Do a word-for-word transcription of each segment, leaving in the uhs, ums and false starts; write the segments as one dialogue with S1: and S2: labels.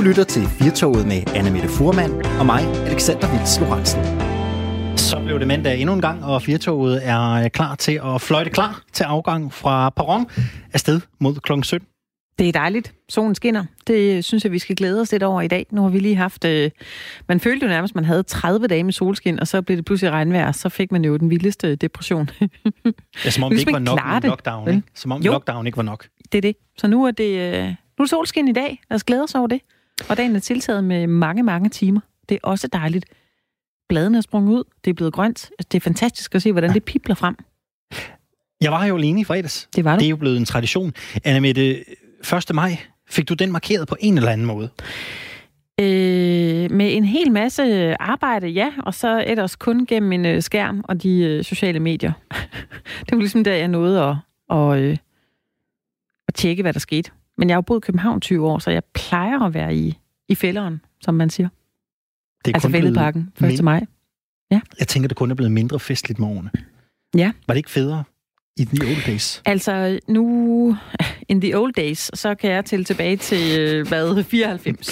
S1: lytter til Firtoget med Anne-Mette Fuhrmann og mig, Alexander Vils Lorentzen. Så blev det mandag endnu en gang, og Firtoget er klar til at fløjte klar til afgang fra perron afsted mod klokken sytten.
S2: Det er dejligt. Solen skinner. Det synes jeg, vi skal glæde os lidt over i dag. Nu har vi lige haft... Øh, man følte jo nærmest, at man havde tredive dage med solskin, og så blev det pludselig regnvejr, så fik man jo den vildeste depression.
S1: Ja, som om det ikke var nok med lockdown, ikke? Som om jo. lockdown ikke var nok.
S2: Det er det. Så nu er det, øh, nu er det solskin i dag. Lad os glæde os over det. Og dagen er tiltaget med mange, mange timer. Det er også dejligt. Bladene er sprunget ud. Det er blevet grønt. Det er fantastisk at se, hvordan det pipler frem.
S1: Jeg var jo alene i fredags.
S2: Det var du.
S1: Det er jo blevet en tradition. Anne-Mette, første maj, fik du den markeret på en eller anden måde?
S2: Øh, med en hel masse arbejde, ja. Og så ellers kun gennem en øh, skærm og de øh, sociale medier. Det var ligesom der, jeg nåede at, og, øh, at tjekke, hvad der skete. Men jeg har jo boet i København tyve år, så jeg plejer at være i, i fælderen, som man siger.
S1: Det er
S2: altså Fælledparken, første maj. Ja.
S1: Jeg tænker, det kun er blevet mindre festligt med årene.
S2: Ja.
S1: Var det ikke federe i the old days?
S2: Altså, nu... In the old days, så kan jeg tælle tilbage til, hvad, fireoghalvfems.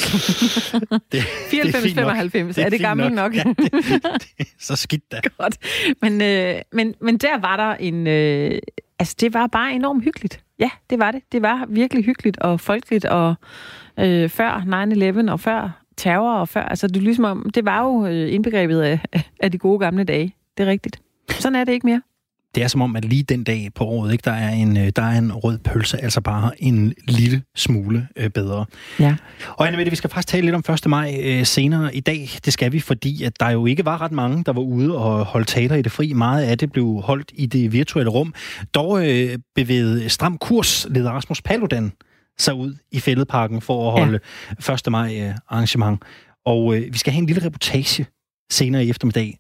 S1: Det,
S2: fireoghalvfems femoghalvfems. Er det gammelt nok? nok?
S1: Ja, det, det, det, så skidt da.
S2: Godt. Men, øh, men, men der var der en... Øh, altså, det var bare enormt hyggeligt. Ja, det var det. Det var virkelig hyggeligt og folkeligt, og øh, før nine eleven og før terror og før... Altså, det, ligesom om, det var jo øh, indbegrebet af, af de gode gamle dage. Det er rigtigt. Sådan er det ikke mere.
S1: Det er som om, at lige den dag på året, ikke, der, er en, der er en rød pølse, altså bare en lille smule øh, bedre.
S2: Ja.
S1: Og Anne-Mette, vi skal faktisk tale lidt om første maj øh, senere i dag. Det skal vi, fordi at der jo ikke var ret mange, der var ude og holde taler i det fri. Meget af det blev holdt i det virtuelle rum. Dog øh, bevægede Stram Kurs leder Rasmus Paludan sig ud i Fælledparken for at holde ja. første maj øh, arrangement. Og øh, vi skal have en lille reportage senere i eftermiddag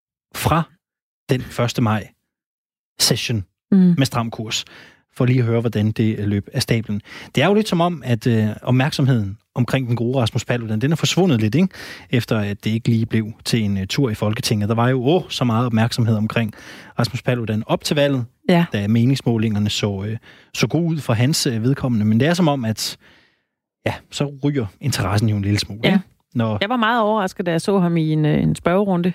S1: fra den første maj session mm. med Stram Kurs, for lige at høre, hvordan det løb af stablen. Det er jo lidt som om, at øh, opmærksomheden omkring den gode Rasmus Paludan, den er forsvundet lidt, ikke? Efter at det ikke lige blev til en uh, tur i Folketinget. Der var jo åh, så meget opmærksomhed omkring Rasmus Paludan op til valget, ja. Da meningsmålingerne så, øh, så god ud for hans øh, vedkommende. Men det er som om, at ja, så ryger interessen jo en lille smule.
S2: Ja.
S1: Når...
S2: Jeg var meget overrasket, da jeg så ham i en, en spørgerunde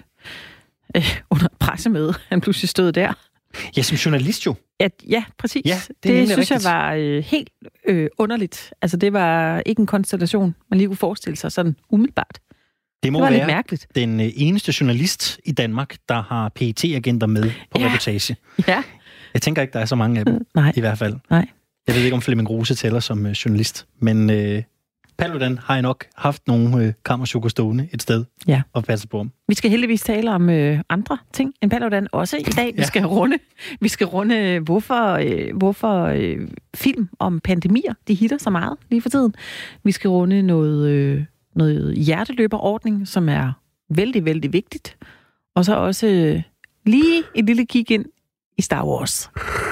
S2: øh, under pressemøde. Han pludselig stod der.
S1: Ja, som journalist jo.
S2: Ja, ja præcis. Ja, det det synes rigtigt. Jeg var øh, helt øh, underligt. Altså, det var ikke en konstellation, man lige kunne forestille sig sådan umiddelbart.
S1: Det må
S2: det var
S1: være
S2: lidt mærkeligt.
S1: Den øh, eneste journalist i Danmark, der har P E T-agenter med på ja. reportage.
S2: Ja.
S1: Jeg tænker ikke, der er så mange af dem,
S2: Nej.
S1: i hvert fald.
S2: Nej.
S1: Jeg ved ikke, om Flemming Rose tæller som øh, journalist, men øh, Paludan har jeg nok haft nogle øh, kammersukker stående et sted
S2: ja.
S1: og passe på ham.
S2: Vi skal heldigvis tale om øh, andre ting end Paludan også i dag. Vi ja. skal runde, vi skal runde hvorfor, øh, hvorfor øh, film om pandemier, de hitter så meget lige for tiden. Vi skal runde noget, øh, noget hjerteløberordning, som er vældig, vældig vigtigt. Og så også øh, lige et lille kig ind i Star Wars.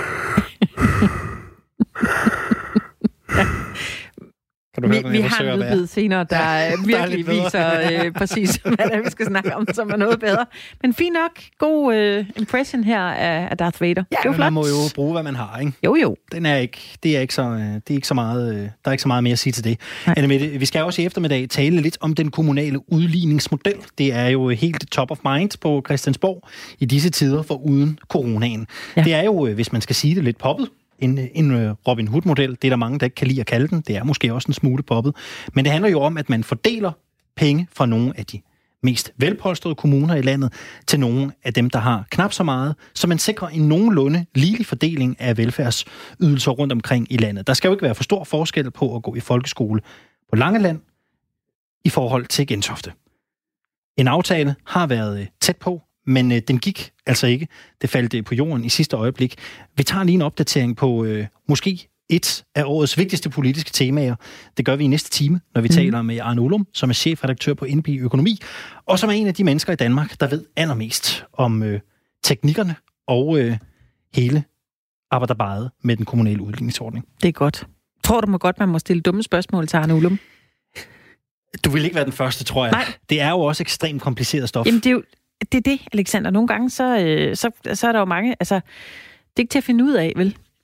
S2: ja.
S1: Kan du høre,
S2: vi vi har en lydbid senere, der ja, virkelig der viser øh, præcis, hvad det er, vi skal snakke om, som er noget bedre. Men fint nok. God øh, impression her af, af Darth Vader.
S1: Ja,
S2: det er
S1: men man må jo bruge, hvad man har, ikke?
S2: Jo, jo.
S1: Den er ikke, det er ikke så, det er ikke så meget, der er ikke så meget mere at sige til det. Anne-Mette, vi skal også i eftermiddag tale lidt om den kommunale udligningsmodel. Det er jo helt top of mind på Christiansborg i disse tider for uden coronaen. Ja. Det er jo, hvis man skal sige det, lidt poppet. En, en Robin Hood-model. Det er der mange, der ikke kan lide at kalde den. Det er måske også en smule poppet. Men det handler jo om, at man fordeler penge fra nogle af de mest velpolstrede kommuner i landet til nogle af dem, der har knap så meget, så man sikrer en nogenlunde ligelig fordeling af velfærdsydelser rundt omkring i landet. Der skal jo ikke være for stor forskel på at gå i folkeskole på Langeland i forhold til Gentofte. En aftale har været tæt på, men øh, den gik altså ikke. Det faldt øh, på jorden i sidste øjeblik. Vi tager lige en opdatering på øh, måske et af årets vigtigste politiske temaer. Det gør vi i næste time, når vi mm. taler med Arne Ullum, som er chefredaktør på N B Økonomi, og som er en af de mennesker i Danmark, der ved allermest om øh, teknikkerne og øh, hele arbejderbaret med den kommunale udligningsordning.
S2: Det er godt. Tror du må godt, man må stille dumme spørgsmål til Arne Ullum?
S1: Du vil ikke være den første, tror jeg.
S2: Nej.
S1: Det er jo også ekstremt kompliceret stof.
S2: Jamen, det er jo det, er det Alexander. Nogle gange, så, øh, så, så er der jo mange... Altså, det er ikke til at finde ud af, vel?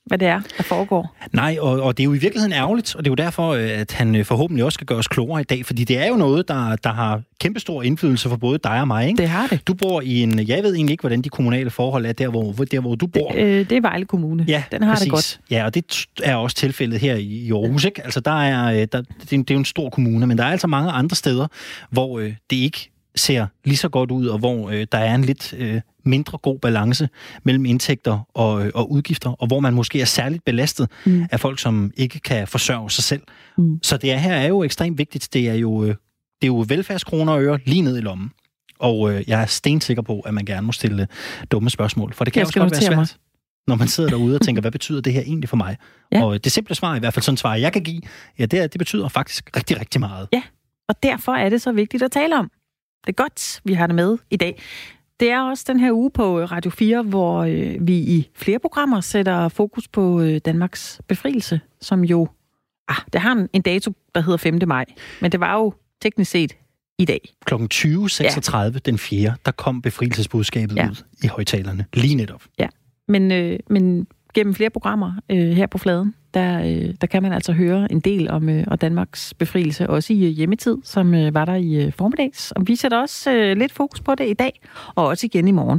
S2: hvad det er, der foregår.
S1: Nej, og, og det er jo i virkeligheden ærgerligt, og det er jo derfor, at han forhåbentlig også skal gøre os klogere i dag, fordi det er jo noget, der, der har kæmpestor indflydelse for både dig og mig, ikke?
S2: Det har det.
S1: Du bor i en, jeg ved egentlig ikke, hvordan de kommunale forhold er der, hvor, der, hvor du bor.
S2: Det, øh, det er Vejle Kommune.
S1: Ja,
S2: den har
S1: præcis.
S2: det godt.
S1: Ja, og det er også tilfældet her i Aarhus, ikke? Altså, der er, der, det, er, det er jo en stor kommune, men der er altså mange andre steder, hvor øh, det ikke ser lige så godt ud, og hvor øh, der er en lidt øh, mindre god balance mellem indtægter og, øh, og udgifter, og hvor man måske er særligt belastet mm. af folk, som ikke kan forsørge sig selv. Mm. Så det her er jo ekstremt vigtigt. Det er jo, øh, det er jo velfærdskroner og øre lige ned i lommen. Og øh, jeg er stensikker på, at man gerne må stille dumme spørgsmål, for det kan også godt være svært, mig. Når man sidder derude og tænker, hvad betyder det her egentlig for mig? Ja. Og det simple svar, i hvert fald sådan et svar, jeg kan give, ja, det, er, det betyder faktisk rigtig, rigtig meget.
S2: Ja, og derfor er det så vigtigt at tale om. Det er godt, vi har det med i dag. Det er også den her uge på Radio fire, hvor øh, vi i flere programmer sætter fokus på øh, Danmarks befrielse, som jo, ah, det har en, en dato, der hedder femte maj, men det var jo teknisk set i dag.
S1: klokken tyve seksogtredive ja. Den fjerde, der kom befrielsesbudskabet ja. ud i højtalerne, lige netop.
S2: Ja, men, øh, men gennem flere programmer øh, her på Fladen, der, øh, der kan man altså høre en del om øh, og Danmarks befrielse, også i øh, hjemmetid, som øh, var der i øh, formiddags. Og vi sætter også øh, lidt fokus på det i dag, og også igen i morgen.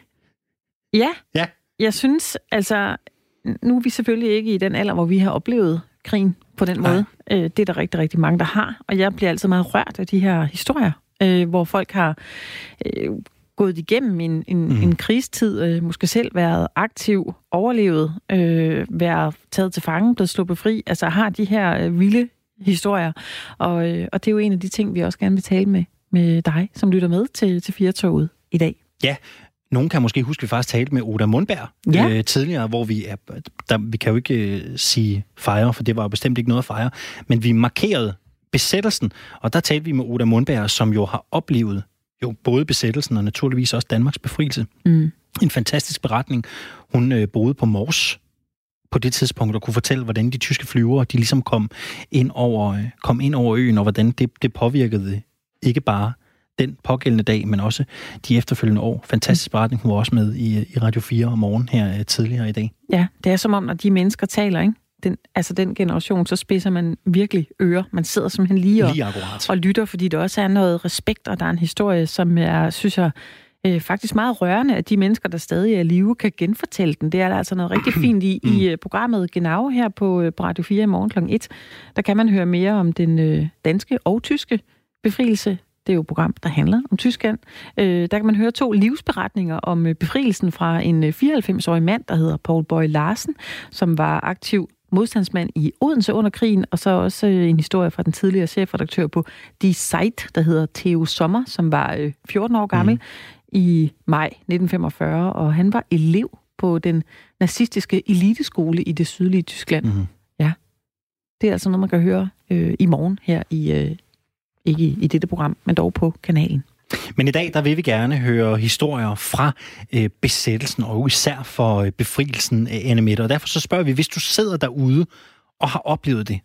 S2: Ja,
S1: ja, jeg
S2: synes, altså, nu er vi selvfølgelig ikke i den alder, hvor vi har oplevet krigen på den måde. Øh, det er der rigtig, rigtig mange, der har, og jeg bliver altid meget rørt af de her historier, øh, hvor folk har øh, gået igennem en, en, mm. en krigstid, øh, måske selv været aktiv, overlevet, øh, været taget til fange, blevet sluppet fri, altså har de her øh, vilde historier. Og, øh, og det er jo en af de ting, vi også gerne vil tale med, med dig, som lytter med til, til Firtoget i dag.
S1: Ja, nogen kan måske huske, at vi faktisk talte med Oda Mundberg
S2: ja.
S1: øh, tidligere, hvor vi er, der, vi kan jo ikke øh, sige fejre, for det var jo bestemt ikke noget at fejre, men vi markerede besættelsen, og der talte vi med Oda Mundberg, som jo har oplevet jo både besættelsen og naturligvis også Danmarks befrielse. Mm. En fantastisk beretning. Hun øh, boede på Mors på det tidspunkt og kunne fortælle, hvordan de tyske flyvere, de ligesom kom ind over, øh, kom ind over øen, og hvordan det, det påvirkede ikke bare den pågældende dag, men også de efterfølgende år. Fantastisk beretning. Hun var også med i, i Radio fire om morgen her øh, tidligere i dag.
S2: Ja, det er som om, når de mennesker taler, ikke? Den, altså den generation, så spidser man virkelig ører. Man sidder simpelthen lige og,
S1: lige
S2: og lytter, fordi det også er noget respekt, og der er en historie, som er, synes jeg, øh, faktisk meget rørende, at de mennesker, der stadig er i live, kan genfortælle den. Det er der altså noget rigtig fint i, mm. i programmet Genau her på, på Radio fire i morgen klokken et. Der kan man høre mere om den øh, danske og tyske befrielse. Det er jo et program, der handler om Tyskland. Øh, der kan man høre to livsberetninger om øh, befrielsen fra en fireoghalvfems-årig mand, der hedder Poul Boye Larsen, som var aktiv modstandsmand i Odense under krigen, og så også øh, en historie fra den tidligere chefredaktør på Die Zeit, der hedder Theo Sommer, som var øh, fjorten år gammel mm. i maj nitten femogfyrre, og han var elev på den nazistiske eliteskole i det sydlige Tyskland. Mm. Ja, det er altså noget, man kan høre øh, i morgen her i, øh, ikke i, i dette program, men dog på kanalen.
S1: Men i dag, der vil vi gerne høre historier fra øh, besættelsen, og især for øh, befrielsen af Anne Mette. Og derfor så spørger vi, hvis du sidder derude og har oplevet det,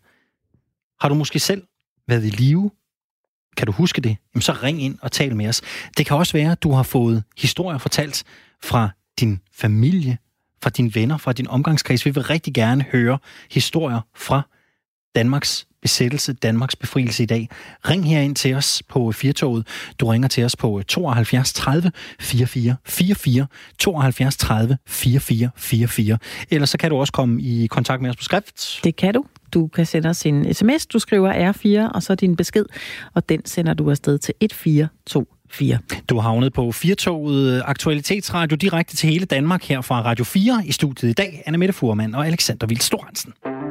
S1: har du måske selv været i live? Kan du huske det? Jamen så ring ind og tal med os. Det kan også være, at du har fået historier fortalt fra din familie, fra dine venner, fra din omgangskreds. Vi vil rigtig gerne høre historier fra Danmarks besættelse, Danmarks befrielse i dag. Ring herind til os på Firtoget. Du ringer til os på tooghalvfjerds tredive fireogfyrre fireogfyrre, tooghalvfjerds tredive fireogfyrre fireogfyrre. Ellers så kan du også komme i kontakt med os på skrift.
S2: Det kan du. Du kan sende os en sms. Du skriver R fire, og så din besked, og den sender du afsted til et fire to fire.
S1: Du har havnet på Firtoget Aktualitetsradio direkte til hele Danmark her fra Radio fire. I studiet i dag, Anne Mette Fuhrmann og Alexander Vildt Storensen.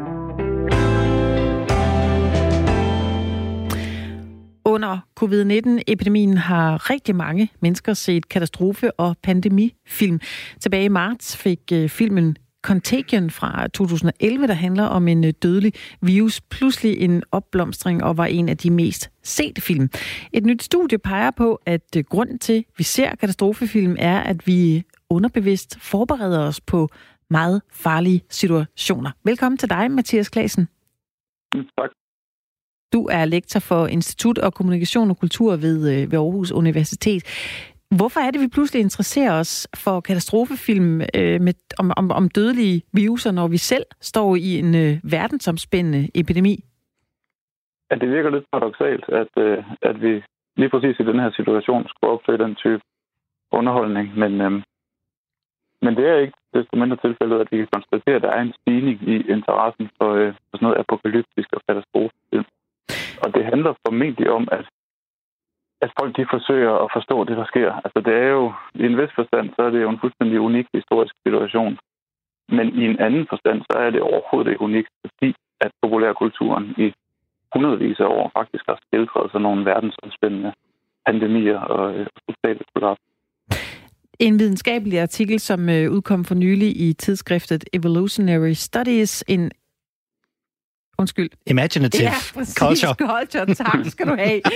S2: Under covid nitten-epidemien har rigtig mange mennesker set katastrofe- og pandemifilm. Tilbage i marts fik filmen Contagion fra to tusind og elleve, der handler om en dødelig virus, pludselig en opblomstring og var en af de mest sete film. Et nyt studie peger på, at grunden til, at vi ser katastrofefilm, er, at vi underbevidst forbereder os på meget farlige situationer. Velkommen til dig, Mathias Claesen.
S3: Tak.
S2: Du er lektor for Institut og Kommunikation og Kultur ved, ved Aarhus Universitet. Hvorfor er det, vi pludselig interesserer os for katastrofefilm øh, med, om, om, om dødelige viruser, når vi selv står i en øh, verdensomspændende epidemi?
S3: Ja, det virker lidt paradoksalt, at, øh, at vi lige præcis i den her situation skulle opsøge den type underholdning, men, øh, men det er ikke desto mindre tilfældet, at vi kan konstatere, at der er en stigning i interessen for, øh, for sådan noget apokalyptisk og katastrofefilm. Og det handler formentlig om, at at folk de forsøger at forstå det, der sker. Altså det er jo, i en vis forstand, så er det jo en fuldstændig unik historisk situation. Men i en anden forstand, så er det overhovedet ikke unikt, fordi at populærkulturen i hundredvis af år faktisk har skildret sådan nogle verdensomspændende pandemier og totale kollaps.
S2: En videnskabelig artikel, som øh, udkom for nylig i tidsskriftet Evolutionary Studies, en Undskyld.
S1: Imaginative
S2: ja, præcis,
S1: culture.
S2: culture. Tak skal du have.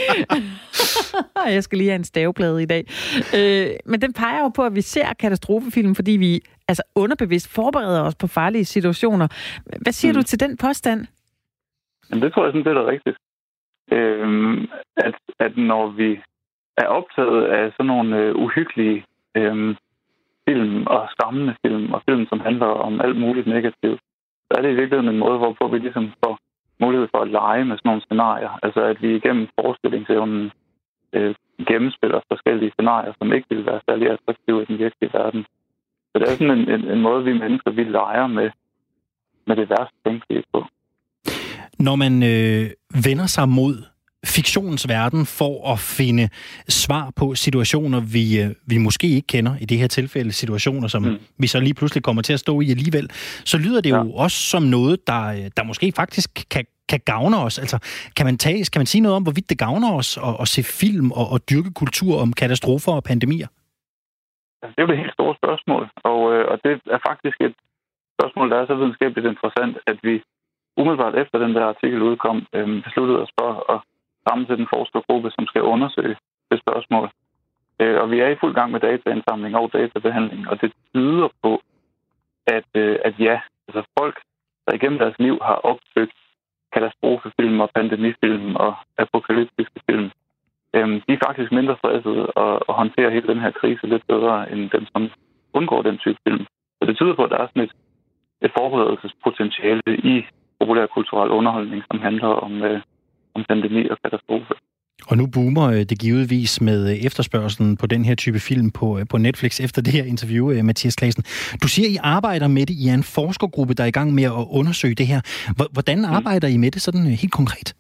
S2: Jeg skal lige have en staveplade i dag. Øh, men den peger jo på, at vi ser katastrofefilm, fordi vi altså underbevidst forbereder os på farlige situationer. Hvad siger mm. du til den påstand?
S3: Jamen, det tror jeg sådan, det er rigtigt. Øhm, at, at når vi er optaget af sådan nogle øh, uhyggelige øh, film og skræmmende film, og film, som handler om alt muligt negativt, så er det i virkeligheden en måde, hvorpå vi ligesom får mulighed for at lege med sådan nogle scenarier. Altså at vi igennem forestillingsevnen øh, gennemspiller forskellige scenarier, som ikke vil være særlig attraktive i den virkelige verden. Så det er sådan en, en, en måde, vi mennesker, vi leger med, med det værste tænkelige på.
S1: Når man øh, vender sig mod fiktionens verden for at finde svar på situationer, vi, øh, vi måske ikke kender, i det her tilfælde situationer, som mm. vi så lige pludselig kommer til at stå i alligevel, så lyder det ja. jo også som noget, der, der måske faktisk kan, kan gavne os. Altså, kan man, tage, kan man sige noget om, hvorvidt det gavner os at, at se film og, og dyrke kultur om katastrofer og pandemier?
S3: Altså, det er jo det helt store spørgsmål, og, øh, og det er faktisk et spørgsmål, der er så videnskabeligt interessant, at vi umiddelbart efter den der artikel udkom, øh, besluttede os for at sammensætte en forskergruppe, som skal undersøge det spørgsmål. Øh, og vi er i fuld gang med dataindsamling og databehandling, og det tyder på, at, øh, at ja, altså folk, der igennem deres liv har opsøgt katastrofefilm og pandemifilm og apokalyptiske film, øh, de er faktisk mindre stressede og, og håndterer hele den her krise lidt bedre, end dem, som undgår den type film. Så det tyder på, at der er sådan et, et forberedelsespotentiale i populærkulturel underholdning, som handler om, øh, om pandemi og katastrofe.
S1: Og nu boomer det givetvis med efterspørgselen på den her type film på, på Netflix efter det her interview, Mathias Claessen. Du siger, I arbejder med det. I er en forskergruppe, der er i gang med at undersøge det her. Hvordan arbejder I med det sådan helt konkret?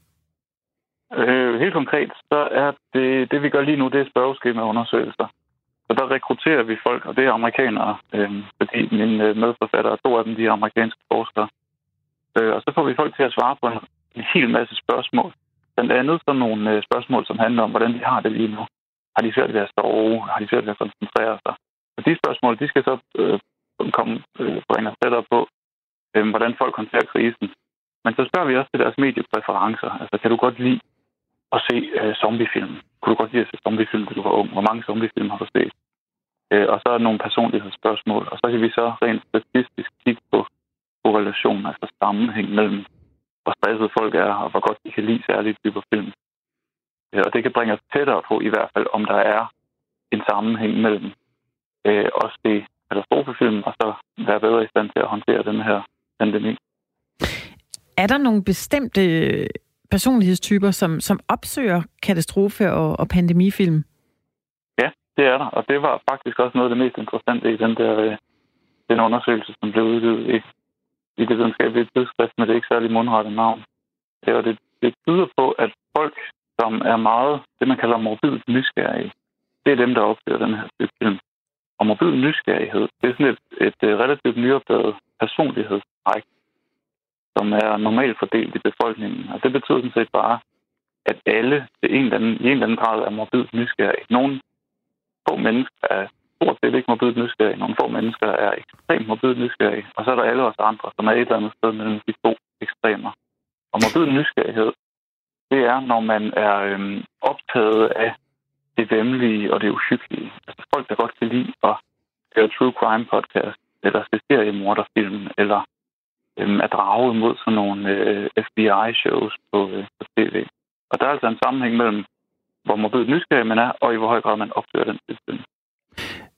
S3: Øh, helt konkret, så er det, det vi gør lige nu, det er spørgeskemaundersøgelser. Så der rekrutterer vi folk, og det er amerikanere, øh, fordi mine medforfattere, to af dem, de er amerikanske forskere. Øh, og så får vi folk til at svare på en, en hel masse spørgsmål. Blandt andet sådan nogle øh, spørgsmål, som handler om, hvordan de har det lige nu. Har de svært ved at sove? Har de svært ved at koncentrere sig? Og de spørgsmål, de skal så øh, komme øh, bringe os tættere på, øh, hvordan folk håndterer krisen. Men så spørger vi også til deres mediepræferencer. Altså, kan du godt lide at se øh, zombiefilm? Kunne du godt lide at se zombiefilm, da du var ung? Hvor mange zombiefilm har du set? Øh, og så er der nogle personlighedsspørgsmål. Og så kan vi så rent statistisk kigge på korrelation, altså sammenhæng mellem hvor stresset folk er, og hvor godt de kan lide særlige typer film. Og det kan bringe os tættere på, i hvert fald, om der er en sammenhæng mellem øh, også det katastrofefilm, og så være bedre i stand til at håndtere den her pandemi.
S2: Er der nogle bestemte personlighedstyper, som, som opsøger katastrofe- og, og pandemifilm?
S3: Ja, det er der, og det var faktisk også noget af det mest interessante i den der den undersøgelse, som blev udgivet i i det videnskabelige tidsskrift, men det er ikke særlig mundrettet navn. Og det, det tyder på, at folk, som er meget, det man kalder morbid nysgerrige, det er dem, der opsøger den her type film. Og morbid nysgerrighed, det er sådan et, et, et relativt nyopdaget personlighedstræk, som er normalt fordelt i befolkningen. Og det betyder sådan set bare, at alle til en eller anden, i en eller anden grad er morbid nysgerrige. Nogle få mennesker er stort set ikke morbid nysgerrige. Nogle få mennesker er ekstremt morbid nysgerrige. Og så er der alle os andre, som er et eller andet sted mellem de to ekstremer. Og morbid nysgerrighed, det er, når man er øhm, optaget af det væmmelige og det uhyggelige. Altså folk, der godt kan lide at høre true crime podcast, eller se seriemorderfilm, eller øhm, er draget mod sådan nogle øh, F B I-shows på, øh, på T V. Og der er altså en sammenhæng mellem, hvor morbid nysgerrig man er, og i hvor høj grad man opfører den film.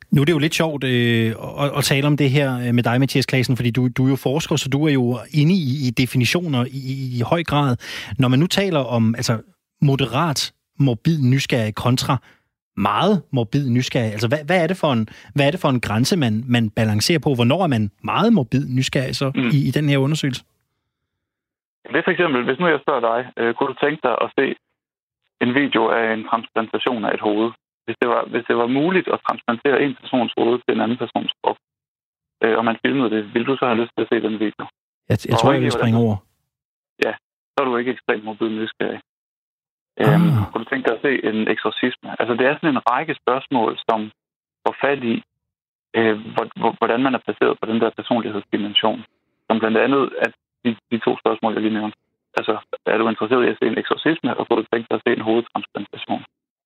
S1: Nu er det jo lidt sjovt øh, at, at tale om det her med dig, Mathias Claesen, fordi du, du er jo forsker, så du er jo inde i, i definitioner i, i høj grad. Når man nu taler om altså, moderat morbid nysgerrig kontra meget morbid nysgerrig, altså hvad, hvad, er det for en, hvad er det for en grænse, man, man balancerer på? Hvornår er man meget morbid nysgerrig så mm. i, i den her undersøgelse?
S3: Det er for eksempel, hvis nu jeg spørger dig, øh, kunne du tænke dig at se en video af en transplantation af et hoved? Hvis det var, hvis det var muligt at transplantere en persons hoved til en anden persons krop, øh, og man filmede det, ville du så have lyst til at se den video?
S1: Jeg, jeg tror, jeg vil springe over.
S3: Ja, så er du ikke ekstremt morbid nysgerrig. Ah. Øhm, kunne du tænke dig at se en eksorcisme? Altså, det er sådan en række spørgsmål, som får fat i, øh, hvordan man er placeret på den der personlighedsdimension. Som blandt andet, at de, de to spørgsmål, jeg lige nævnte. Altså, er du interesseret i at se en eksorcisme, og kunne du tænke dig at se en hovedtransplantation?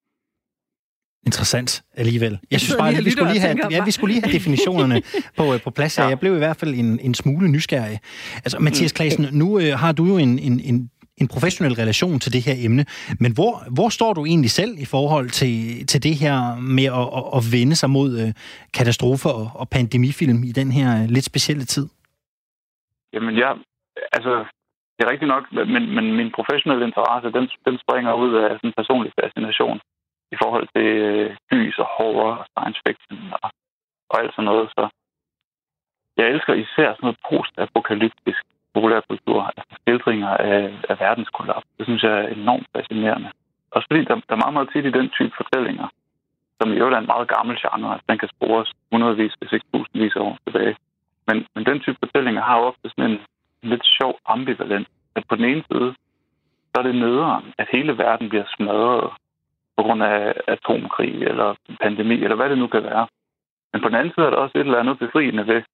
S1: Interessant alligevel. Jeg synes bare, at vi skulle lige have, ja, vi skulle lige have definitionerne på, på plads her. Jeg blev i hvert fald en, en smule nysgerrig. Altså, Mathias Claesen, nu øh, har du jo en, en, en, en professionel relation til det her emne, men hvor, hvor står du egentlig selv i forhold til, til det her med at, at, at vende sig mod øh, katastrofer og, og pandemifilm i den her øh, lidt specielle tid?
S3: Jamen, ja, altså, det er rigtigt nok, men, men min professionelle interesse, den, den springer ud af sådan en personlig fascination i forhold til øh, gys og horror og science fiction og, og alt sådan noget. Så jeg elsker især sådan noget post-apokalyptisk populærkultur, altså skildringer af, af verdenskollaps. Det synes jeg er enormt fascinerende. Også fordi der, der er meget, meget tit i den type fortællinger, som i øvrigt er en meget gammel genre, altså den kan spores hundredvis, hvis ikke tusindvis af år tilbage. Men, men den type fortællinger har jo ofte sådan en, en lidt sjov ambivalent, at på den ene side, så er det nederen, at hele verden bliver smadret på grund af atomkrig eller pandemi, eller hvad det nu kan være. Men på den anden side er der også et eller andet befriende ved,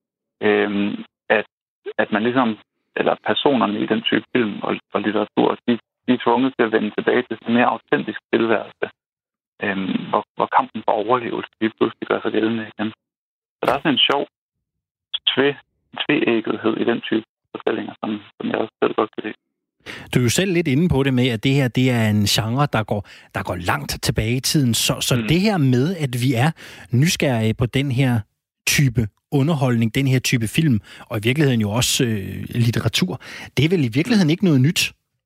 S3: øhm, at, at man ligesom, eller personerne i den type film og, og litteratur, de, de er tvunget til at vende tilbage til en mere autentisk tilværelse, øhm, hvor, hvor kampen for overlevelse lige pludselig gør sig gældende igen. Så der er sådan en sjov tvæ, tvææggethed i den type fortællinger, som, som jeg også selv godt kan lide.
S1: Du er jo selv lidt inde på det med, at det her det er en genre, der går, der går langt tilbage i tiden. Så, så mm. det her med, at vi er nysgerrige på den her type underholdning, den her type film, og i virkeligheden jo også øh, litteratur, det er vel i virkeligheden ikke noget nyt?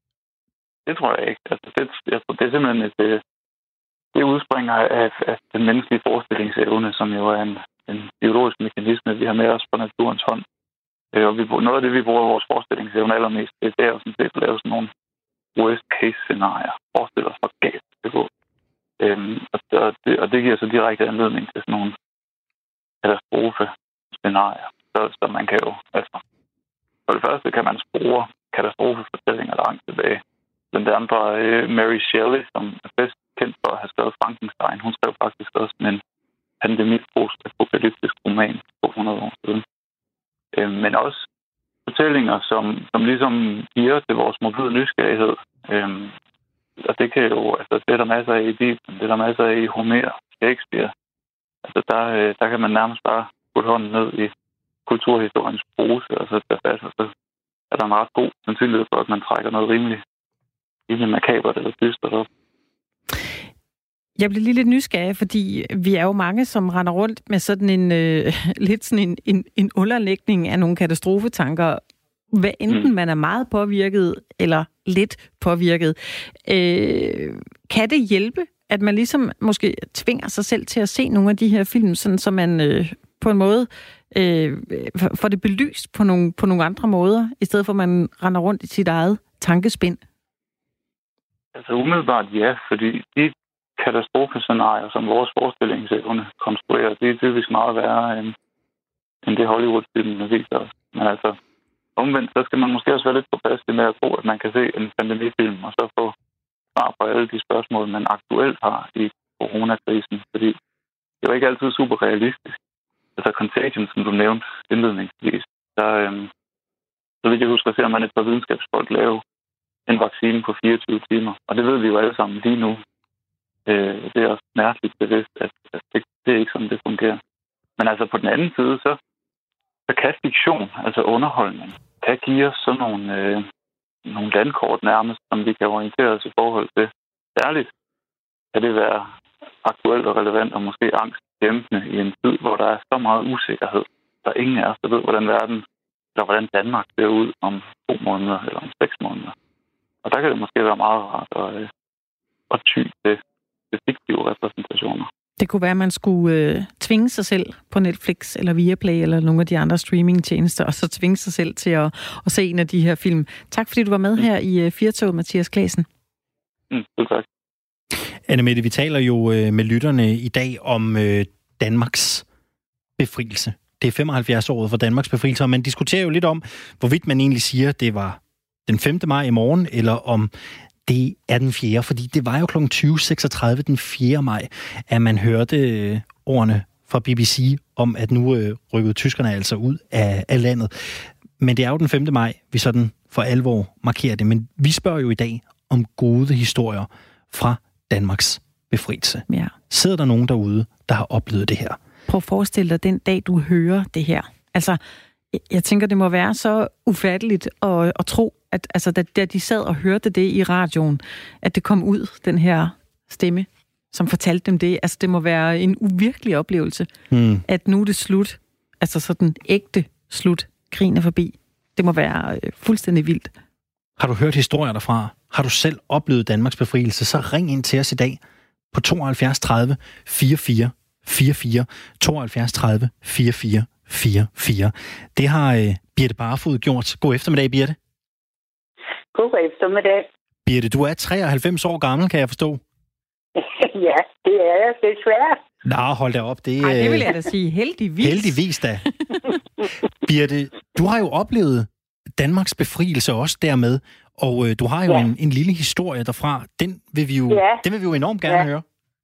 S3: Det tror jeg ikke. Altså, det, jeg tror, det er simpelthen et, det, det udspringer af, af den menneskelige forestillingsevne, som jo er en, en biologisk mekanisme, vi har med os på naturens hånd. Og vi, noget af det, vi bruger vores forestillingsevne allermest, det er jo sådan set at lave sådan nogle worst-case-scenarier. Forestil os, hvor galt det går. Øhm, og, det, og det giver så direkte anledning til sådan nogle katastrofe-scenarier. Så, så man kan jo, altså, for det første kan man spore katastrofefortællinger langt tilbage. Blandt andre uh, Mary Shelley, som er bedst kendt for at have skrevet Frankenstein, hun skrev faktisk også en pandemi-post-apokalyptisk roman for hundrede år siden. Men også fortællinger, som, som ligesom giver til vores morbide nysgerrighed. Øhm, og det kan jo, altså det er der masser af i Bibelen, det er der masser af i Homer, Shakespeare. Altså der, der kan man nærmest bare putte hånden ned i kulturhistoriens pose, og så, altså, så er der en ret god sandsynlighed for, at man trækker noget rimelig, rimelig makabert eller dystert op.
S2: Jeg bliver lige lidt nysgerrig, fordi vi er jo mange, som render rundt med sådan en øh, lidt sådan en, en, en underlægning af nogle katastrofetanker. Hvad enten man er meget påvirket eller lidt påvirket. Øh, kan det hjælpe, at man ligesom måske tvinger sig selv til at se nogle af de her film, sådan så man øh, på en måde øh, får det belyst på nogle, på nogle andre måder, i stedet for at man render rundt i sit eget tankespind?
S3: Altså umiddelbart ja, fordi de katastrofescenarier, som vores forestillingsevne konstruerer, det er typisk meget værre end, end det Hollywood-filmene viser os. Men altså, omvendt, så skal man måske også være lidt påpasselig med at tro, at man kan se en pandemifilm, og så få svar på alle de spørgsmål, man aktuelt har i coronakrisen, fordi det er jo ikke altid super realistisk. Altså Contagion, som du nævnte indledningsvis, der, øhm, så vidt jeg husker, ser man et par videnskabsfolk lave en vaccine på fireogtyve timer, og det ved vi jo alle sammen lige nu. Øh, det er også mærkeligt bevidst, at, at det, det er ikke sådan, det fungerer. Men altså på den anden side, så, så kan fiktion, altså underholdning, kan give os sådan nogle, øh, nogle landkort nærmest, som vi kan orientere os i forhold til. Særligt kan det være aktuelt og relevant og måske angst kæmpende i en tid, hvor der er så meget usikkerhed. Der er ingen af os, der ved, hvordan verden, eller hvordan Danmark ser ud om to måneder eller om seks måneder. Og der kan det måske være meget rart at, øh, at ty til, til fiktive repræsentationer.
S2: Det kunne være, at man skulle øh, tvinge sig selv på Netflix eller Viaplay eller nogle af de andre streamingtjenester, og så tvinge sig selv til at, at se en af de her film. Tak fordi du var med her i øh, Firtoget, Mathias Claesen.
S3: Mm, tak.
S1: Anne-Mette, vi taler jo øh, med lytterne i dag om øh, Danmarks befrielse. Det er femoghalvfjerds-året for Danmarks befrielse, og man diskuterer jo lidt om, hvorvidt man egentlig siger, at det var den femte maj i morgen, eller om det er den fjerde, fordi det var jo klokken tyve seksogtredive den fjerde maj, at man hørte øh, ordene fra B B C om, at nu øh, rykkede tyskerne altså ud af, af landet. Men det er jo den femte maj, vi sådan for alvor markerer det. Men vi spørger jo i dag om gode historier fra Danmarks befrielse.
S2: Ja.
S1: Sidder der nogen derude, der har oplevet det her?
S2: Prøv at forestille dig den dag, du hører det her. Altså, jeg tænker, det må være så ufatteligt at, at tro, at altså, da, da de sad og hørte det i radioen, at det kom ud, den her stemme, som fortalte dem det. Altså, det må være en uvirkelig oplevelse, mm. at nu er det slut. Altså sådan ægte slut. Krigen er forbi. Det må være øh, fuldstændig vildt.
S1: Har du hørt historier derfra? Har du selv oplevet Danmarks befrielse? Så ring ind til os i dag på tooghalvfjerds tredive fireogfyrre fireogfyrre. tooghalvfjerds tredive fireogfyrre fireogfyrre. Det har øh, Birte Barfod gjort. God eftermiddag, Birte.
S4: God eftermiddag.
S1: Birte, du er treoghalvfems år gammel, kan jeg forstå.
S4: Ja, det er jeg desværre.
S1: Nå, hold da op. Det,
S2: Ej, det vil jeg da sige. Heldigvis.
S1: Heldigvis da. Birte, du har jo oplevet Danmarks befrielse også dermed, og øh, du har jo ja. en, en lille historie derfra. Den vil vi jo, ja. den vil vi jo enormt gerne ja. høre.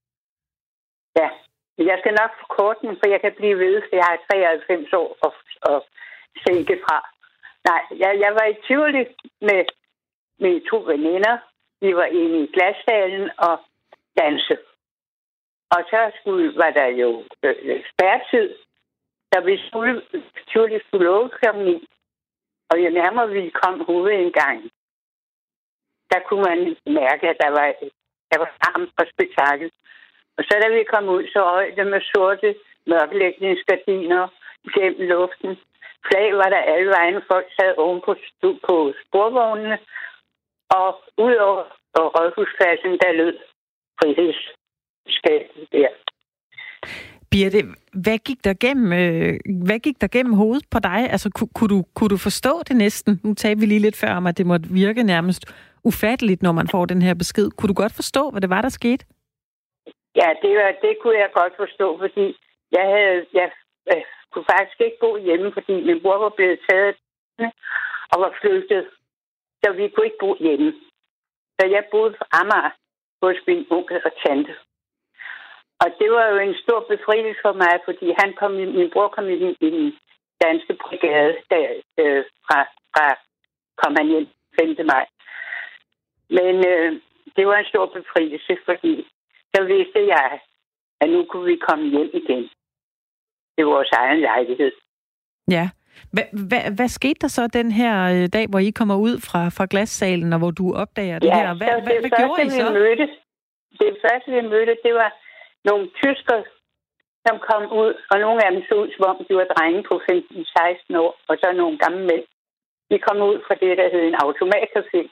S4: Ja, jeg skal nok forkorte den, for jeg kan blive ved, for jeg har treoghalvfems år og, og se det fra. Nej, jeg, jeg var i Tivoli med mine to veninder. Vi var inde i glassalen og danse. Og så skulle, var der jo øh, spærretid, da vi skulle, Tivoli skulle lukke klokken ni. Og jo nærmere vi kom hovedindgangen, der kunne man mærke, at der var, der var varmt og spektakel. Og så da vi kom ud, så røg det med sorte mørkelægningsgardiner gennem luften. Flag var der alle vejen. Folk sad oven på, på sporvognene. Og udover Rådhuspladsen, der lød frihedsskabet der.
S2: Birte, hvad gik der gennem, øh, hvad gik der gennem hovedet på dig? Altså, ku, kunne, du, kunne du forstå det næsten? Nu talte vi lige lidt før om, at det måtte virke nærmest ufatteligt, når man får den her besked. Kunne du godt forstå, hvad det var, der skete?
S4: Ja, det, var, det kunne jeg godt forstå, fordi jeg havde, jeg, jeg kunne faktisk ikke bo hjemme, fordi min bror var blevet taget og var flygtet. Så vi kunne ikke bo hjemme. Så jeg boede på Amager hos min onkel og tante. Og det var jo en stor befrielse for mig, fordi han kom i, min bror kom i, i den danske brigade, der øh, fra, fra kom han hjem femte maj. Men øh, det var en stor befrielse, fordi så vidste jeg, at nu kunne vi komme hjem igen. Det var vores egen lejlighed.
S2: Ja. Hvad skete der så den her dag, hvor I kommer ud fra, fra glassalen, og hvor du opdager det
S4: ja, her?
S2: Hvad,
S4: det,
S2: hvad, hvad gjorde I så?
S4: Mødte, det første, vi mødte, det var nogle tyskere, som kom ud, og nogle af dem så ud, som om de var drenge på femten seksten år, og så nogle gamle mænd. De kom ud fra det, der hed en automatcafé.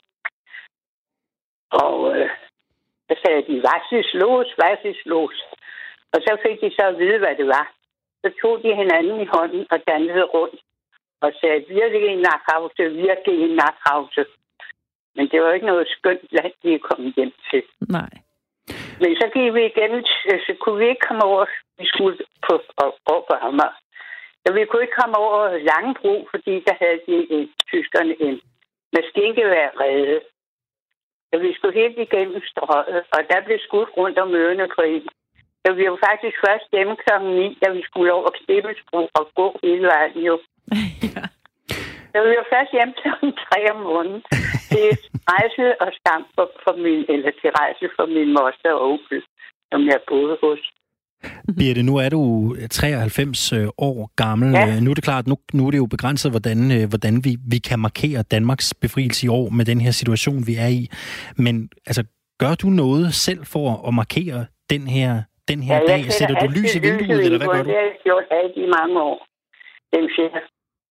S4: Og øh, så sagde de, vassis-los, vassis-los. Og så fik de så at vide, hvad det var. Så tog de hinanden i hånden og dansede rundt. Og sagde, virkelig en nakhause, virkelig en nakhause. Men det var ikke noget skønt land, de er kommet hjem til.
S2: Nej.
S4: Men så gik vi igennem, så kunne vi ikke komme over, vi skulle på, over på Amager. Så vi kunne ikke komme over Langebro, fordi der havde de en, tyskerne en maskingevær reddet. Så vi skulle helt igennem strøget, og der blev skudt rundt om ørerne på en. Så vi var faktisk først hjemme klokken ni, da vi skulle over Knebelsbro og gå hele vejen jo.
S2: Ja.
S4: Så vi var først hjemme klokken tre om morgenen. Det er rejse og skam for, for min, eller til rejse for min moster og onkel, som jeg boede hos.
S1: Birte, nu er du treoghalvfems år gammel. Ja. Nu er det klart, nu, nu er det jo begrænset, hvordan, hvordan vi, vi kan markere Danmarks befrielse i år med den her situation, vi er i. Men altså, gør du noget selv for at markere den her den her
S4: ja,
S1: dag? Sætter du lys i vinduet, eller hvad gør du?
S4: Det har jeg gjort alt i mange år. Den fjerde.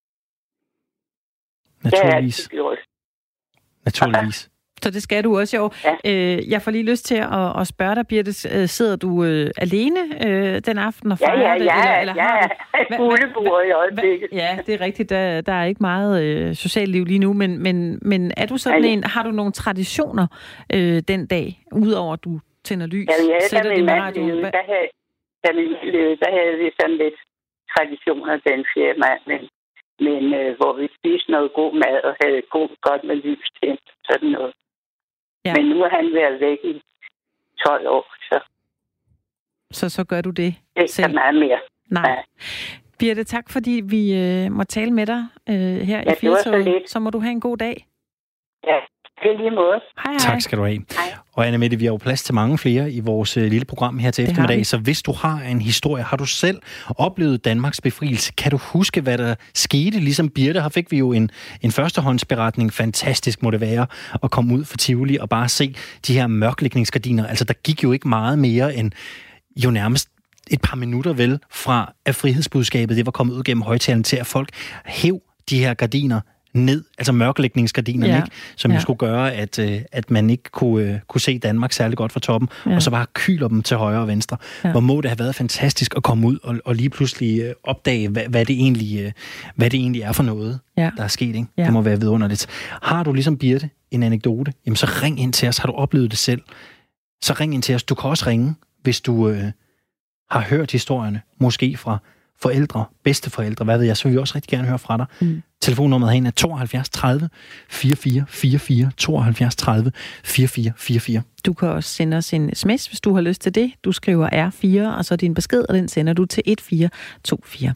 S1: Naturligvis.
S4: Det har jeg gjort.
S1: Naturligvis.
S2: Så det skal du også, jo.
S4: Ja.
S2: Øh, jeg får lige lyst til at, at spørge dig, Birte, sidder du øh, alene øh, den aften og fejrer
S4: ja, ja,
S2: det?
S4: Ja,
S2: eller, eller
S4: ja,
S2: har
S4: ja. Fuglebord i øjeblikket.
S2: Ja, det er rigtigt. Der, der er ikke meget øh, socialt liv lige nu, men, men, men er du sådan
S4: ja,
S2: en, har du nogle traditioner øh, den dag, udover at du tænder lys?
S4: Ja, ja,
S2: sætter
S4: da
S2: din
S4: min mand
S2: radio?
S4: levede, der havde, da min mand levede, der havde vi sådan lidt traditioner den fjerde mand, men, men øh, hvor vi spiste noget god mad og havde god, godt med lys tændt, sådan noget. Ja. Men nu er han været væk i tolv år, så...
S2: Så så gør du det
S4: det
S2: selv?
S4: Det er meget mere.
S2: Nej.
S4: Ja.
S2: Birte, tak fordi vi øh, må tale med dig øh, her
S4: ja,
S2: i Firtoget. Så, så må du have en god dag.
S4: Ja, det er lige måde.
S2: Hej, hej.
S1: Tak skal du have.
S4: Hej.
S1: Og Anne-Mette, vi har jo plads til mange flere i vores øh, lille program her til
S2: det
S1: eftermiddag, så hvis du har en historie, har du selv oplevet Danmarks befrielse, kan du huske, hvad der skete? Ligesom Birte, her fik vi jo en, en førstehåndsberetning. Fantastisk må det være at komme ud for Tivoli og bare se de her mørklægningsgardiner. Altså, der gik jo ikke meget mere end jo nærmest et par minutter vel fra, at frihedsbudskabet det var kommet ud gennem højtalerne til, at folk hæv de her gardiner ned, altså mørklægningsgardinerne, ja. Ikke? Som ja. jo skulle gøre, at, øh, at man ikke kunne, øh, kunne se Danmark særlig godt fra toppen, ja. Og så bare kyler dem til højre og venstre. Ja. Hvor må det have været fantastisk at komme ud og, og lige pludselig øh, opdage, hvad, hvad, det egentlig, øh, hvad det egentlig er for noget, ja. Der er sket. Ikke? Ja. Det må være vidunderligt. Har du ligesom Birte en anekdote, jamen så ring ind til os. Har du oplevet det selv? Så ring ind til os. Du kan også ringe, hvis du øh, har hørt historierne, måske fra forældre, bedsteforældre, hvad ved jeg, så vil vi også rigtig gerne høre fra dig. Mm. Telefonnummeret herinde er tooghalvfjerds tredive fireogfyrre fireogfyrre, tooghalvfjerds tredive fireogfyrre fireogfyrre. Du kan også sende os en sms, hvis du har lyst til det. Du skriver R fire, og så din besked, og den sender du til et fire to fire.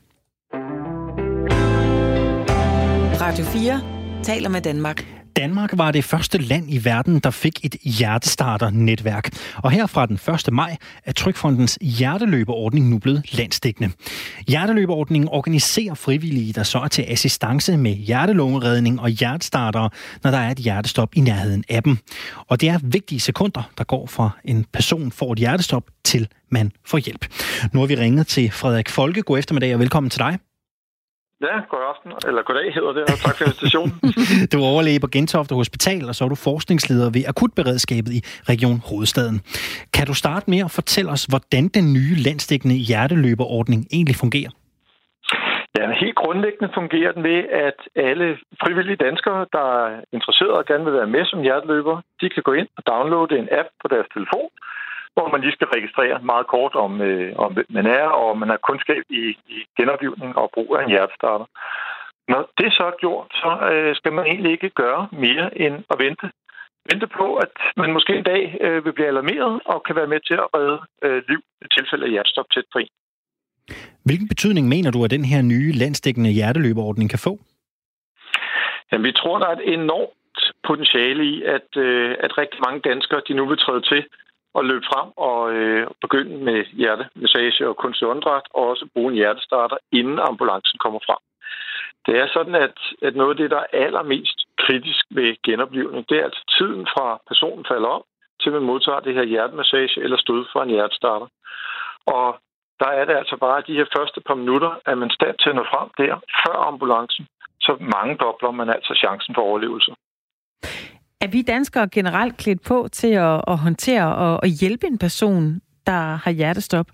S1: Radio fire taler med Danmark. Danmark var det første land i verden, der fik et hjertestarter-netværk. Og her fra den første maj er Trygfondens hjerteløberordning nu blevet landsdækkende. Hjerteløberordningen organiserer frivillige, der så er til assistance med hjertelungeredning og hjertestartere, når der er et hjertestop i nærheden af dem. Og det er vigtige sekunder, der går fra en person får et hjertestop, til man får hjælp. Nu har vi ringet til Frederik Folke. God eftermiddag og velkommen til dig.
S5: Ja, god aften, eller goddag hedder det, og tak for invitationen.
S1: Du er overlæge på Gentofte Hospital, og så er du forskningsleder ved akutberedskabet i Region Hovedstaden. Kan du starte med at fortælle os, hvordan den nye landsdækkende hjerteløberordning egentlig fungerer?
S5: Ja, helt grundlæggende fungerer den ved, at alle frivillige danskere, der er interesserede og gerne vil være med som hjerteløber, de kan gå ind og downloade en app på deres telefon, hvor man lige skal registrere meget kort om, øh, om hvem man er, og man har kundskab i, i genoplivning og brug af en hjertestarter. Når det så er gjort, så øh, skal man egentlig ikke gøre mere end at vente. Vente på, at man måske en dag øh, vil blive alarmeret og kan være med til at redde øh, liv i tilfælde af hjertestop tæt på en.
S1: Hvilken betydning mener du, at den her nye landsdækkende hjerteløberordning kan få?
S5: Jamen, vi tror, der er et enormt potentiale i, at, øh, at rigtig mange danskere de nu vil træde til og løbe frem og øh, begynde med hjertemassage og kunstig åndedræt, og også bruge en hjertestarter, inden ambulancen kommer frem. Det er sådan, at, at noget af det, der er allermest kritisk ved genoplivning, det er altså tiden fra personen falder om, til man modtager det her hjertemassage eller stød fra en hjertestarter. Og der er det altså bare de her første par minutter, at man er stand til at nå frem der, før ambulancen, så mange dobler man altså chancen for overlevelse.
S2: Er vi danskere generelt klædt på til at, at håndtere og at hjælpe en person, der har hjertestop?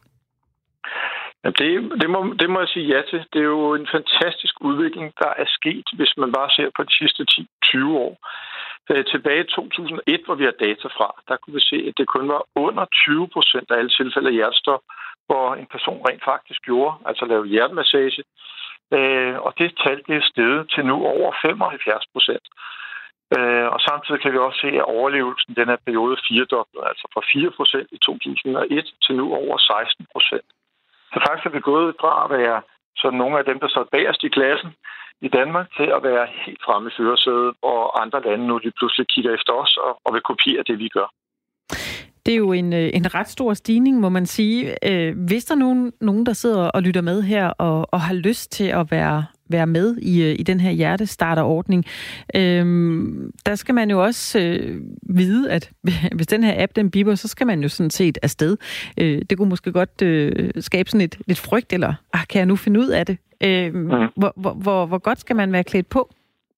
S5: Ja, det, det, må, det må jeg sige ja til. Det er jo en fantastisk udvikling, der er sket, hvis man bare ser på de sidste ti til tyve år. Tilbage i to tusind og et, hvor vi har data fra, der kunne vi se, at det kun var under tyve procent af alle tilfælde af hjertestop, hvor en person rent faktisk gjorde, altså lavede hjertemassage. Og det tal det er steget til nu over femoghalvfjerds procent. Uh, og samtidig kan vi også se, at overlevelsen den er periode firedoblet, altså fra fire procent i to tusind og et til nu over seksten procent. Så faktisk er vi gået fra at være sådan nogle af dem, der sad bagerst i klassen i Danmark, til at være helt fremme i førersædet, og andre lande nu lige pludselig kigger efter os og, og vil kopiere det, vi gør.
S2: Det er jo en, en ret stor stigning, må man sige. Øh, hvis der er nogen, nogen, der sidder og lytter med her og, og har lyst til at være være med i, i den her hjertestarterordning. Øhm, der skal man jo også øh, vide, at hvis den her app den biber, så skal man jo sådan set afsted. Øh, det kunne måske godt øh, skabe sådan et lidt frygt, eller ah, kan jeg nu finde ud af det? Øh, mm. hvor, hvor, hvor, hvor godt skal man være klædt på?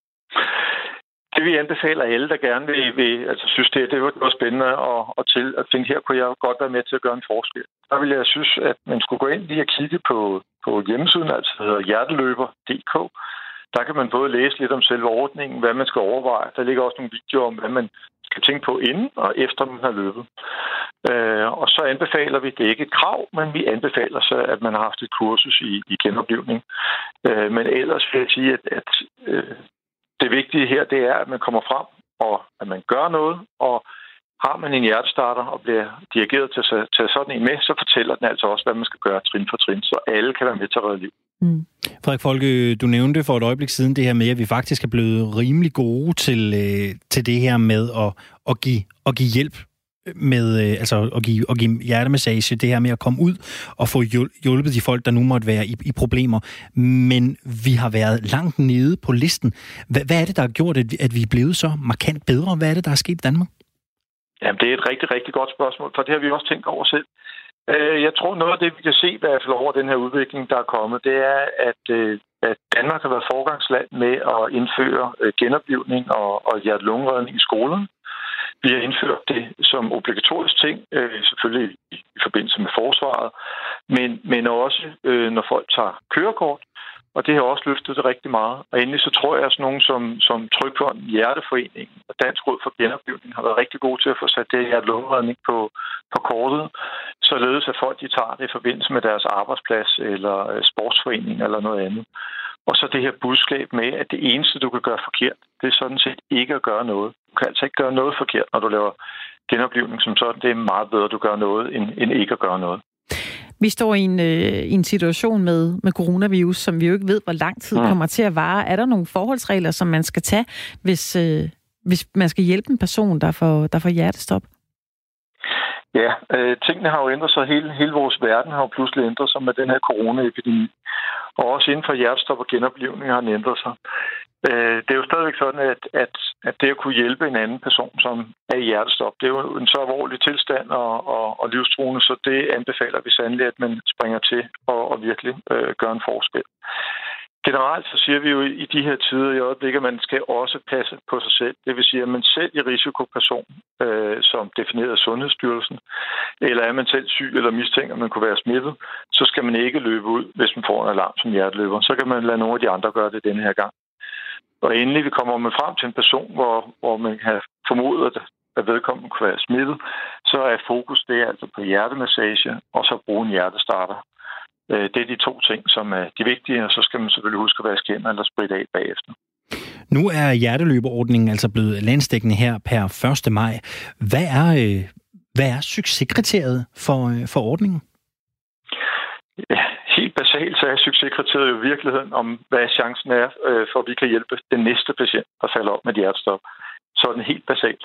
S5: Det vi anbefaler alle, der gerne vil, vil altså synes det, det var spændende at, at, til, at tænke, her kunne jeg godt være med til at gøre en forskel. Der vil jeg synes, at man skulle gå ind lige og kigge på, på hjemmesiden, altså hedder hjerteløber punktum d k. Der kan man både læse lidt om selve ordningen, hvad man skal overveje. Der ligger også nogle videoer om, hvad man skal tænke på inden og efter man har løbet. Øh, og så anbefaler vi, det er ikke et krav, men vi anbefaler så, at man har haft et kursus i, i genoplivning. Øh, men ellers vil jeg sige, at, at øh, det vigtige her, det er, at man kommer frem, og at man gør noget, og har man en hjertestarter og bliver dirigeret til at tage sådan en med, så fortæller den altså også, hvad man skal gøre trin for trin, så alle kan være med til at redde liv.
S1: Mm. Frederik Folke, du nævnte for et øjeblik siden det her med, at vi faktisk er blevet rimelig gode til, øh, til det her med at, at, give, at give hjælp med, øh, altså at give, at give hjertemassage, det her med at komme ud og få hjulpet de folk, der nu måtte være i, i problemer. Men vi har været langt nede på listen. Hvad, hvad er det, der har gjort, at vi, at vi er blevet så markant bedre? Hvad er det, der er sket i Danmark?
S5: Jamen, det er et rigtig, rigtig godt spørgsmål, for det har vi også tænkt over selv. Jeg tror, noget af det, vi kan se i hvert fald over den her udvikling, der er kommet, det er, at, at Danmark har været forgangsland med at indføre genoplivning og, og hjerte-lungeredning i skolerne. Vi har indført det som obligatorisk ting, selvfølgelig i, i forbindelse med forsvaret, men, men også når folk tager kørekort. Og det har også løftet det rigtig meget. Og endelig så tror jeg, at sådan nogen som, som Trygfonden, Hjerteforeningen og Dansk Råd for Genoplivning har været rigtig gode til at få sat det her lungeredning på, på kortet, således at folk de tager det i forbindelse med deres arbejdsplads eller sportsforening eller noget andet. Og så det her budskab med, at det eneste, du kan gøre forkert, det er sådan set ikke at gøre noget. Du kan altså ikke gøre noget forkert, når du laver genoplivning som sådan. Det er meget bedre, at du gør noget, end, end ikke at gøre noget.
S2: Vi står i en, øh, i en situation med, med coronavirus, som vi jo ikke ved, hvor lang tid kommer til at vare. Er der nogle forholdsregler, som man skal tage, hvis, øh, hvis man skal hjælpe en person, der får, der får hjertestop?
S5: Ja, øh, tingene har jo ændret sig. Hele, hele vores verden har jo pludselig ændret sig med den her coronaepidemi. Og også inden for hjertestop og genoplivning har den ændret sig. Øh, det er jo stadigvæk sådan, at, at, at det at kunne hjælpe en anden person, som er i hjertestop, det er jo en så alvorlig tilstand og, og, og livstruende, så det anbefaler vi sandelig, at man springer til og, og virkelig øh, gør en forskel. Generelt så siger vi jo i de her tider i øjeblikket, at man skal også passe på sig selv. Det vil sige, at man selv i risikoperson, øh, som defineret af Sundhedsstyrelsen, eller er man selv syg eller mistænker, at man kunne være smittet, så skal man ikke løbe ud, hvis man får en alarm som hjerteløber. Så kan man lade nogle af de andre gøre det denne her gang. Og endelig vi kommer man frem til en person, hvor, hvor man kan formode, at vedkommende kunne være smittet, så er fokus det altså på hjertemassage og så bruge en hjertestarter. Det er de to ting, som er de vigtige, og så skal man selvfølgelig huske at vaske hænder eller spritte af bagefter.
S1: Nu er hjerteløberordningen altså blevet landsdækkende her per første maj. Hvad er, hvad er succeskriteriet for, for ordningen?
S5: Ja, helt basalt så er succeskriteriet jo i virkeligheden om, hvad chancen er, for at vi kan hjælpe den næste patient, der falder op med et hjertestop. Så er den helt basalt.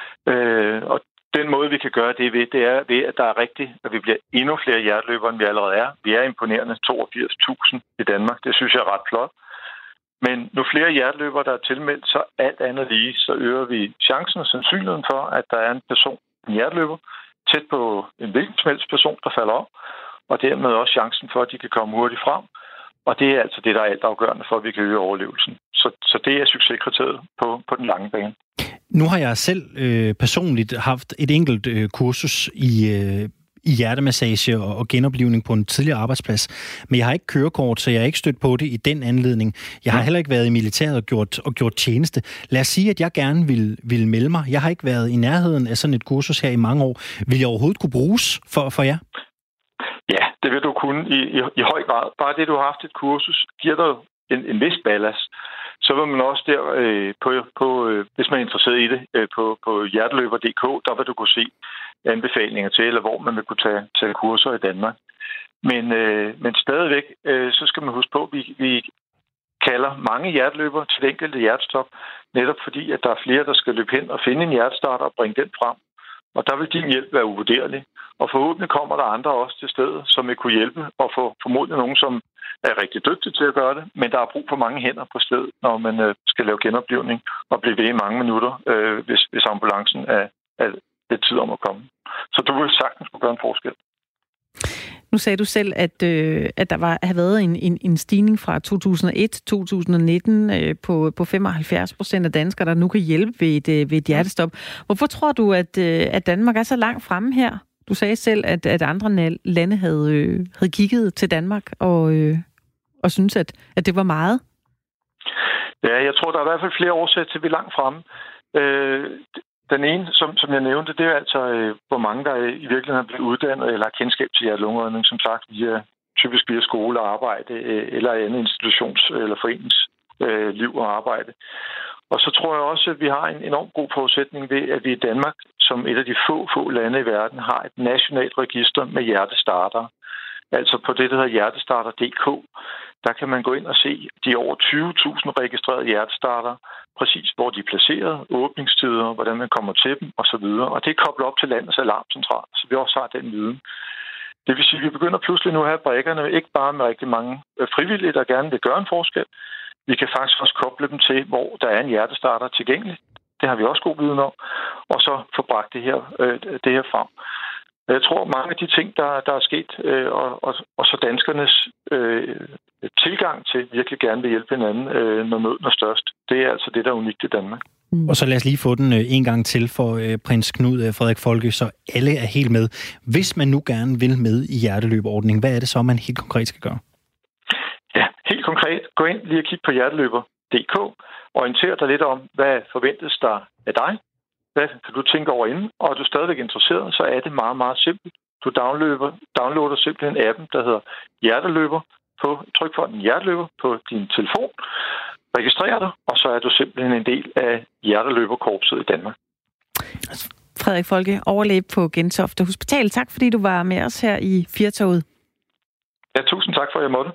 S5: Og den måde, vi kan gøre det ved, det er ved, at der er rigtigt, at vi bliver endnu flere hjerteløbere, end vi allerede er. Vi er imponerende toogfirs tusind i Danmark. Det synes jeg er ret flot. Men nu flere hjerteløbere, der er tilmeldt, så alt andet lige, så øger vi chancen og sandsynligheden for, at der er en person, en hjerteløber, tæt på en hvilken som helst person, der falder op. Og dermed også chancen for, at de kan komme hurtigt frem. Og det er altså det, der er alt afgørende for, at vi kan øge overlevelsen. Så, så det er succeskriteriet på, på den lange bane.
S1: Nu har jeg selv øh, personligt haft et enkelt øh, kursus i, øh, i hjertemassage og, og genoplivning på en tidligere arbejdsplads. Men jeg har ikke kørekort, så jeg har ikke stødt på det i den anledning. Jeg har heller ikke været i militæret og gjort, og gjort tjeneste. Lad os sige, at jeg gerne vil, vil melde mig. Jeg har ikke været i nærheden af sådan et kursus her i mange år. Vil jeg overhovedet kunne bruges for, for jer?
S5: Ja, det vil du kunne i, i, i høj grad. Bare det, du har haft et kursus, giver dig en, en vis ballast. Så vil man også der, øh, på, på, øh, hvis man er interesseret i det, øh, på, på hjerteløber punktum d k, der vil du kunne se anbefalinger til, eller hvor man vil kunne tage, tage kurser i Danmark. Men, øh, men stadigvæk, øh, så skal man huske på, at vi, vi kalder mange hjerteløbere til det enkelte hjertestop, netop fordi, at der er flere, der skal løbe hen og finde en hjertestarter og bringe den frem. Og der vil din hjælp være uvurderlig. Og forhåbentlig kommer der andre også til stedet, som vil kunne hjælpe og få formodentlig nogen, som er rigtig dygtige til at gøre det. Men der er brug for mange hænder på stedet, når man øh, skal lave genoplivning og blive ved i mange minutter, øh, hvis, hvis ambulancen er, er lidt tid om at komme. Så du vil sagtens kunne gøre en forskel.
S2: Nu sagde du selv, at, øh, at der var, havde været en, en, en stigning fra to tusind og et til to tusind og nitten øh, på, på femoghalvfjerds procent af danskere, der nu kan hjælpe ved et, øh, ved et hjertestop. Hvorfor tror du, at, øh, at Danmark er så langt fremme her? Du sagde selv, at, at andre lande havde, øh, havde kigget til Danmark og, øh, og synes, at, at det var meget.
S5: Ja, jeg tror, der er i hvert fald flere årsager til, at vi er langt fremme. Øh, Den ene, som, som jeg nævnte, det er altså, øh, hvor mange der i virkeligheden er blevet uddannet eller har kendskab til hjerte-lungeredning, som sagt, via, typisk via skole og arbejde, øh, eller andet institutions- eller foreningsliv øh, og arbejde. Og så tror jeg også, at vi har en enormt god forudsætning ved, at vi i Danmark, som et af de få, få lande i verden, har et nationalt register med hjertestartere. Altså på det, der hedder hjertestarter punktum d k, der kan man gå ind og se de over tyve tusind registrerede hjertestartere, præcis hvor de er placeret, åbningstider, hvordan man kommer til dem osv. Og det er koblet op til landets alarmcentral, så vi også har den viden. Det vil sige, at vi begynder pludselig nu at have brækkerne, ikke bare med rigtig mange frivillige, der gerne vil gøre en forskel. Vi kan faktisk også koble dem til, hvor der er en hjertestarter tilgængelig. Det har vi også god viden om. Og så få bragt det her, øh, det her frem. Jeg tror, mange af de ting, der, der er sket, øh, og, og, og så danskernes øh, tilgang til virkelig gerne vil hjælpe hinanden, øh, når nøden er størst, det er altså det, der er unikt i Danmark.
S1: Mm. Og så lad os lige få den øh, en gang til for øh, prins Knud øh, Frederik Folke, så alle er helt med. Hvis man nu gerne vil med i hjerteløberordningen, hvad er det så, man helt konkret skal gøre?
S5: Ja, helt konkret. Gå ind lige og kig på hjerteløber punktum d k. Orienter dig lidt om, hvad forventes der af dig. Hvad kan du tænke over inden? Og er du stadigvæk interesseret, så er det meget, meget simpelt. Du downloader, downloader simpelthen appen, der hedder Hjerteløber. På, tryk på den Hjerteløber på din telefon. Registrer dig, og så er du simpelthen en del af hjerteløberkorpset i Danmark.
S2: Frederik Folke, overlæge på Gentofte Hospital. Tak, fordi du var med os her i Firtoget.
S5: Ja, tusind tak for, at jeg måtte.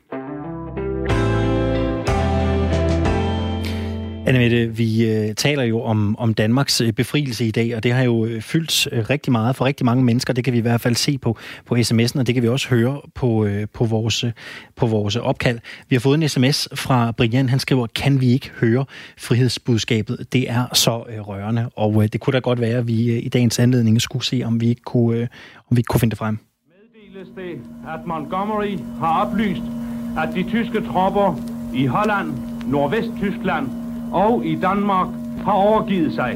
S1: Anne-Mette, vi øh, taler jo om, om Danmarks øh, befrielse i dag, og det har jo øh, fyldt øh, rigtig meget for rigtig mange mennesker. Det kan vi i hvert fald se på, på sms'en, og det kan vi også høre på, øh, på, vores, på vores opkald. Vi har fået en sms fra Brian. Han skriver, kan vi ikke høre frihedsbudskabet? Det er så øh, rørende, og øh, det kunne da godt være, at vi øh, i dagens anledning skulle se, om vi ikke kunne, øh, om vi ikke kunne finde det frem.
S6: Meddeles det, at Montgomery har oplyst, at de tyske tropper i Holland, Nordvest-Tyskland og i Danmark har overgivet sig.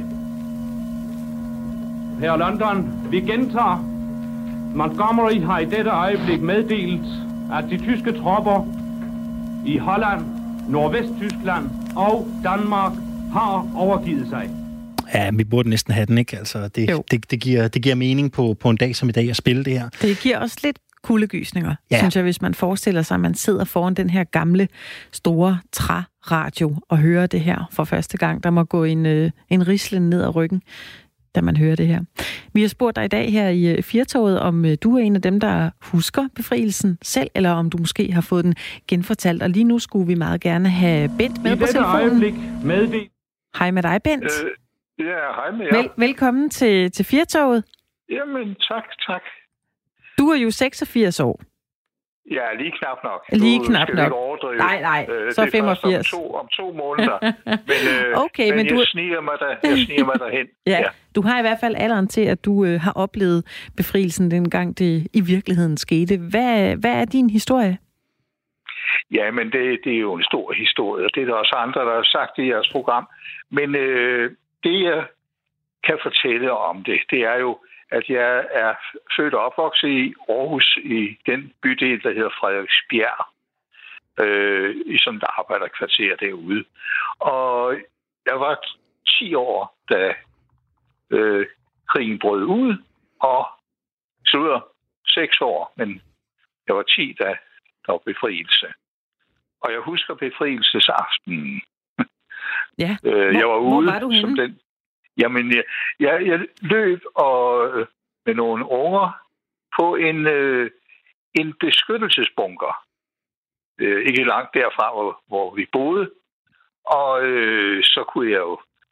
S6: Her i London, vi gentager. Montgomery har i dette øjeblik meddelt, at de tyske tropper i Holland, Nordvest-Tyskland og Danmark har overgivet sig.
S1: Ja, vi burde næsten have den, ikke? Altså, det, det, det, giver, det giver mening på, på en dag som i dag at spille det her.
S2: Det giver også lidt kuldegysninger, ja. Synes jeg, hvis man forestiller sig, at man sidder foran den her gamle, store træradio og hører det her for første gang. Der må gå en, øh, en rislen ned ad ryggen, da man hører det her. Vi har spurgt dig i dag her i Firtoget, om øh, du er en af dem, der husker befrielsen selv, eller om du måske har fået den genfortalt. Og lige nu skulle vi meget gerne have Bent med I på telefonen.
S6: Meddel.
S2: Hej med dig, Bent.
S5: Øh, ja, hej med jer.
S2: Vel, velkommen til, til Firtoget.
S5: Jamen, tak, tak.
S2: Du er jo seksogfirs år.
S5: Ja, lige knap nok.
S2: Lige
S5: du
S2: knap nok.
S5: Nej,
S2: nej, øh, så femogfirs.
S5: Om to, om to måneder. Men, øh,
S2: okay, men,
S5: men
S2: du...
S5: jeg sniger mig, der, jeg sniger mig derhen.
S2: ja, ja, du har i hvert fald alderen til, at du øh, har oplevet befrielsen, dengang det i virkeligheden skete. Hvad, hvad er din historie?
S5: Ja, men det, det er jo en stor historie, og det er der også andre, der har sagt i jeres program. Men øh, det, jeg kan fortælle om det, det er jo, at jeg er født og opvokset i Aarhus, i den bydel, der hedder Frederiksbjerg, øh, i sådan et arbejderkvarter derude. Og jeg var ti år, da øh, krigen brød ud, og slutter seks år, men jeg var ti, da der var befrielse. Og jeg husker befrielsesaftenen.
S2: Ja,
S5: øh, jeg var
S2: hvor,
S5: ude
S2: hvor var du henne?
S5: som den. Jamen, jeg, jeg, jeg løb og, øh, med nogle unger på en, øh, en beskyttelsesbunker. Øh, ikke langt derfra, hvor, hvor vi boede. Og øh, så kunne jeg jo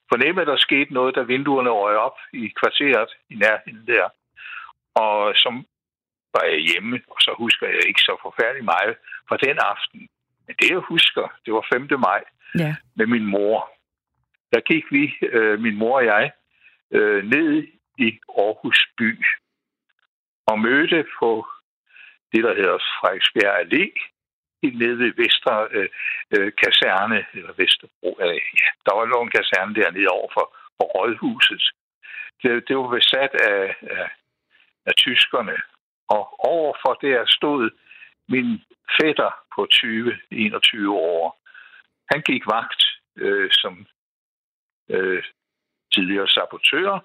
S7: fornemme, at der skete noget, da vinduerne røg op i kvarteret i nærheden der. Og så var jeg hjemme, og så husker jeg ikke så forfærdeligt meget fra den aften. Men det, jeg husker, det var femte maj
S2: ja.
S7: med min mor. Der gik vi, øh, min mor og jeg, øh, ned i Aarhus by og mødte på det, der hedder Frederiksbjerg Allé, nede ved Vestre øh, øh, Kaserne, eller Vesterbro. Øh, ja, der var en kaserne dernede over for, for Rådhuset. Det, det var besat af, af, af tyskerne. Og overfor der stod min fætter på tyve til enogtyve år. Han gik vagt øh, som øh, tidligere sabotør,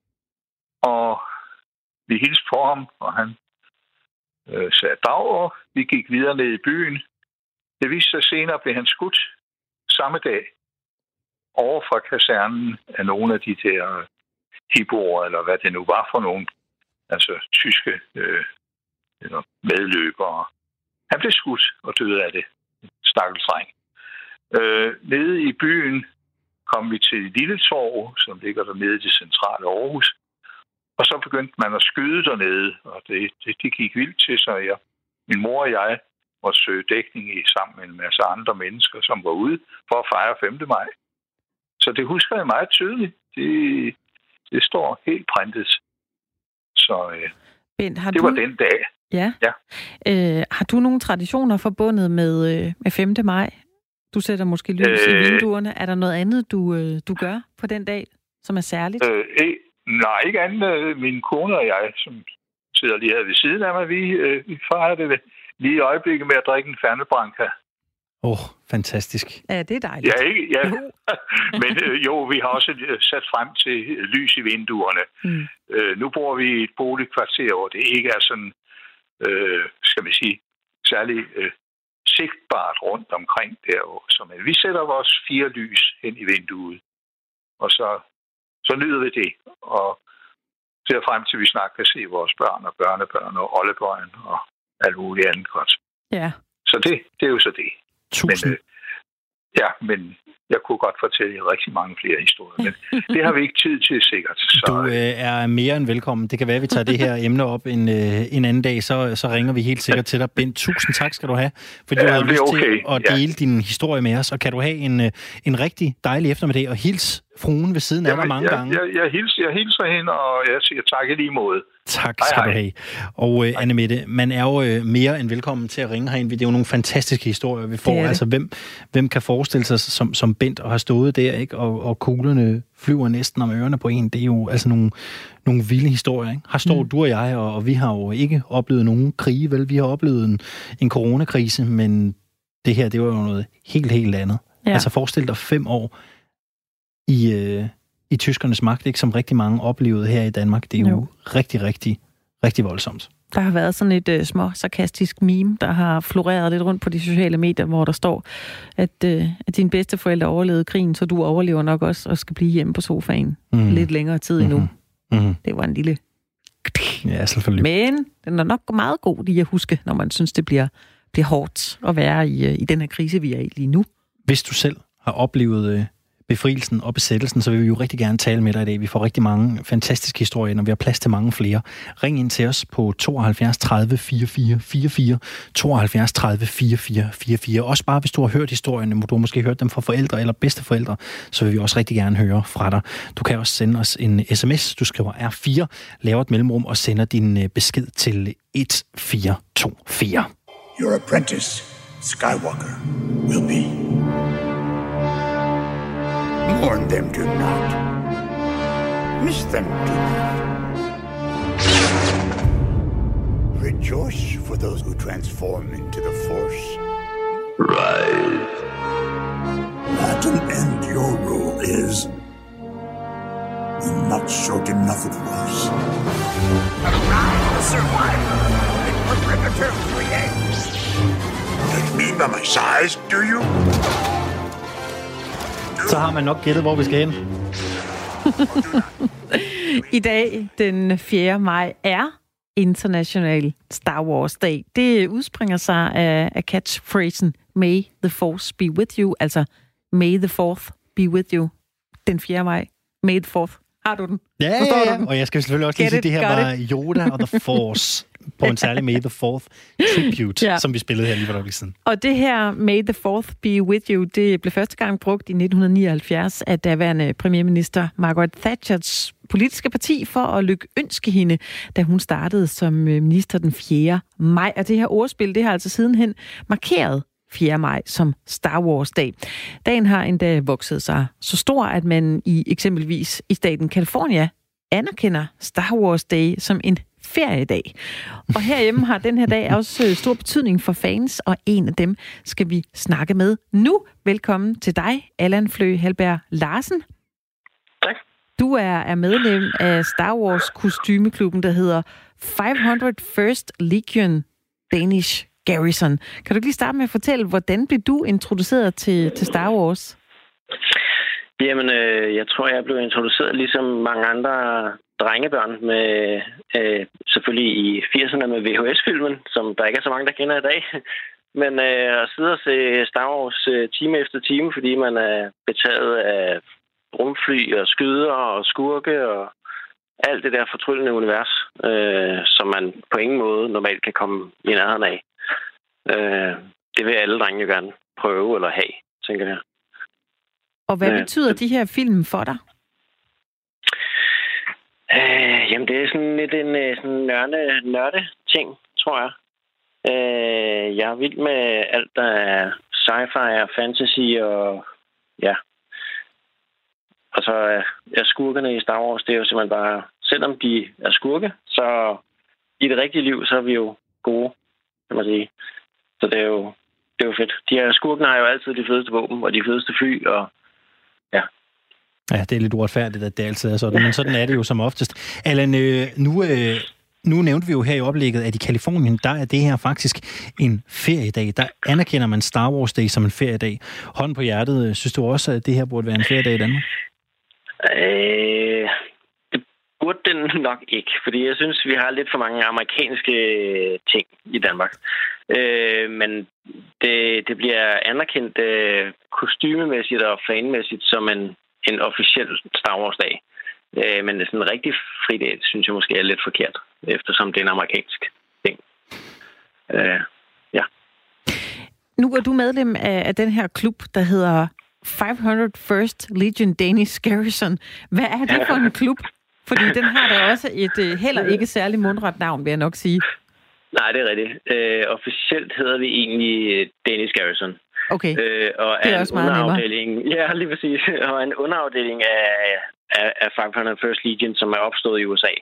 S7: og vi hilste på ham, og han øh, sagde dag, og vi gik videre ned i byen. Det viste sig senere, blev han skudt samme dag over fra kasernen af nogle af de der hippoer, eller hvad det nu var for nogen, altså tyske øh, eller medløbere. Han blev skudt og døde af det. Stakkels dreng. Øh, nede i byen kom vi til Lille Torv, som ligger dernede i det centrale Aarhus. Og så begyndte man at skyde dernede, og det, det, det gik vildt til sig. Ja. Min mor og jeg måtte søge dækning i sammen med en masse andre mennesker, som var ude for at fejre femte maj. Så det husker jeg meget tydeligt. Det, det står helt printet. Så øh,
S2: Bent, har
S7: det
S2: du...
S7: var den dag.
S2: Ja.
S7: ja.
S2: Øh, har du nogle traditioner forbundet med, øh, med femte maj? Du sætter måske lys øh, i vinduerne. Er der noget andet, du, øh, du gør på den dag, som er særligt?
S7: Øh, eh, nej, ikke andet. Min kone og jeg, som sidder lige her ved siden af mig, vi, øh, vi fejrer det lige i øjeblikket med at drikke en Fernet Branca.
S1: Åh, oh, fantastisk.
S2: Ja, det er dejligt.
S7: Ja, ikke? Ja. Men øh, jo, vi har også sat frem til lys i vinduerne. Mm. Øh, nu bor vi i et boligkvarter, hvor det ikke er sådan, øh, skal vi sige, særlig øh, sigtbart rundt omkring der. Så, men vi sætter vores fire lys hen i vinduet, og så, så nyder vi det. Og ser frem til, at vi snart kan se vores børn og børnebørn og oldebørn og alt muligt andet godt.
S2: Ja.
S7: Så det, det er jo så det.
S1: Tusind.
S7: Men, øh, ja, men jeg kunne godt fortælle rigtig mange flere historier, men det har vi ikke tid til sikkert. Så,
S1: du øh, er mere end velkommen. Det kan være, at vi tager det her emne op en, øh, en anden dag, så, så ringer vi helt sikkert til dig. Bent, tusind tak skal du have, fordi ja, du har lyst okay. til at dele ja. din historie med os, og kan du have en, en rigtig dejlig eftermiddag, og hils fruen ved siden af dig mange
S7: jeg,
S1: gange.
S7: Jeg, jeg, hilser, jeg hilser hende, og jeg siger tak i lige måde.
S1: Tak skal hej, hej. du have. Og øh, Annemette, man er jo øh, mere end velkommen til at ringe herind. Det er jo nogle fantastiske historier, vi får. Altså, hvem, hvem kan forestille sig som, som Bent og har stået der, ikke? Og, og kuglerne flyver næsten om ørerne på en. Det er jo altså nogle, nogle vilde historier, ikke? Her står mm. du og jeg, og, og vi har jo ikke oplevet nogen krige, vel? Vi har oplevet en, en coronakrise, men det her, det var jo noget helt, helt andet. Ja. Altså, forestil dig fem år i... Øh, i tyskernes magt, ikke, som rigtig mange oplevede her i Danmark. Det er jo, jo rigtig, rigtig, rigtig voldsomt. Der har været sådan et uh, små sarkastisk meme, der har floreret lidt rundt på de sociale medier, hvor der står, at, uh, at dine bedsteforældre overlevede krigen, så du overlever nok også og skal blive hjemme på sofaen mm. lidt længere tid endnu. Mm-hmm. Mm-hmm. Det var en lille... Ja, selvfølgelig. Men den er nok meget god lige at huske, når man synes, det bliver, bliver hårdt at være i, uh, i den her krise, vi er i lige nu. Hvis du selv har oplevet... Uh, befrielsen og besættelsen, så vil vi jo rigtig gerne tale med dig i dag. Vi får rigtig mange fantastiske historier, og vi har plads til mange flere. Ring ind til os på tooghalvfjerds tredive fireogfyrre fireogfyrre, tooghalvfjerds tredive fireogfyrre fireogfyrre. Også bare hvis du har hørt historierne, du har måske hørt dem fra forældre eller bedsteforældre, så vil vi også rigtig gerne høre fra dig. Du kan også sende os en sms. Du skriver R fire, laver et mellemrum og sender din besked til et fire to fire.
S8: Your apprentice, Skywalker, will be. Mourn them, do not. Miss them, do not. Rejoice for those who transform into the Force. Rise. At an end, your rule is. And not short enough it was. Arise, the survivor! And perimeter create! Judge me by my size, do you?
S1: Så har man nok gættet, hvor vi skal hen.
S2: I dag, den fjerde maj, er International Star Wars Day. Det udspringer sig af, af catchphrasen May the Force be with you, altså May the Fourth be with you. den fjerde maj. May the fourth. Har du den?
S1: Ja, ja, ja. Og jeg skal selvfølgelig også lige sige, at det her var it. Yoda og The Force på en særlig May the fourth tribute, ja. Som vi spillede her lige for lidt siden.
S2: Og det her May the fourth be with you, det blev første gang brugt i nitten nioghalvfjerds af daværende premierminister Margaret Thatchers politiske parti for at lykønske hende, da hun startede som minister den fjerde maj. Og det her ordspil, det har altså sidenhen markeret fjerde maj som Star Wars-dag. Dagen har endda vokset sig så stor, at man i eksempelvis i staten California anerkender Star Wars Day som en feriedag. Og herhjemme har den her dag også stor betydning for fans, og en af dem skal vi snakke med nu. Velkommen til dig, Allan Flø Halberg Larsen.
S9: Tak.
S2: Du er, er medlem af Star Wars kostymeklubben, der hedder five hundred first Legion Danish Garrison. Kan du lige starte med at fortælle, hvordan blev du introduceret til, til Star Wars?
S9: Jamen, øh, jeg tror, jeg blev introduceret ligesom mange andre drengebørn med øh, selvfølgelig i firserne med V H S-filmen, som der ikke er så mange, der kender i dag. Men øh, at sidde og se Star Wars øh, time efter time, fordi man er betaget af rumfly og skyder og skurke og alt det der fortryllende univers, øh, som man på ingen måde normalt kan komme i nærheden af. Øh, det vil alle drenge jo gerne prøve eller have, tænker jeg.
S2: Og hvad betyder øh, de her film for dig?
S9: Øh, jamen, det er sådan lidt en sådan nørde, nørde ting, tror jeg. Øh, jeg er vild med alt, der er sci-fi og fantasy og ja. Og så er skurkene i Star Wars, det er jo simpelthen bare, selvom de er skurke, så i det rigtige liv, så er vi jo gode, kan man sige. Så det er jo, det er jo fedt. De her skurkene har jo altid de fedeste våben og de fedeste fly, og ja.
S1: Ja, det er lidt uretfærdigt, at det altid er sådan, men sådan er det jo som oftest. Allan, øh, nu, øh, nu nævnte vi jo her i oplægget, at i Californien, der er det her faktisk en feriedag. Der anerkender man Star Wars Day som en feriedag. Hånden på hjertet, synes du også, at det her burde være en feriedag i Danmark?
S9: Øh, det burde den nok ikke, fordi jeg synes, vi har lidt for mange amerikanske ting i Danmark. Øh, men det, det bliver anerkendt øh, kostymemæssigt og fanmæssigt som en, en officiel Star Wars-dag. Øh, men det er sådan en rigtig fridag, det synes jeg måske er lidt forkert, eftersom det er en amerikansk ting. Øh, ja.
S2: Nu er du medlem af, af den her klub, der hedder five hundred first Legion Danish Garrison. Hvad er det for en klub? Fordi den har da også et heller ikke særlig mundret navn, vil jeg nok sige.
S9: Nej, det er rigtigt. Øh, officielt hedder vi egentlig Danish Garrison.
S2: Okay,
S9: øh, og
S2: det er, er også meget nemmere.
S9: Ja, lige præcis. Og en underafdeling af, af, af five hundred first Legion, som er opstået i U S A.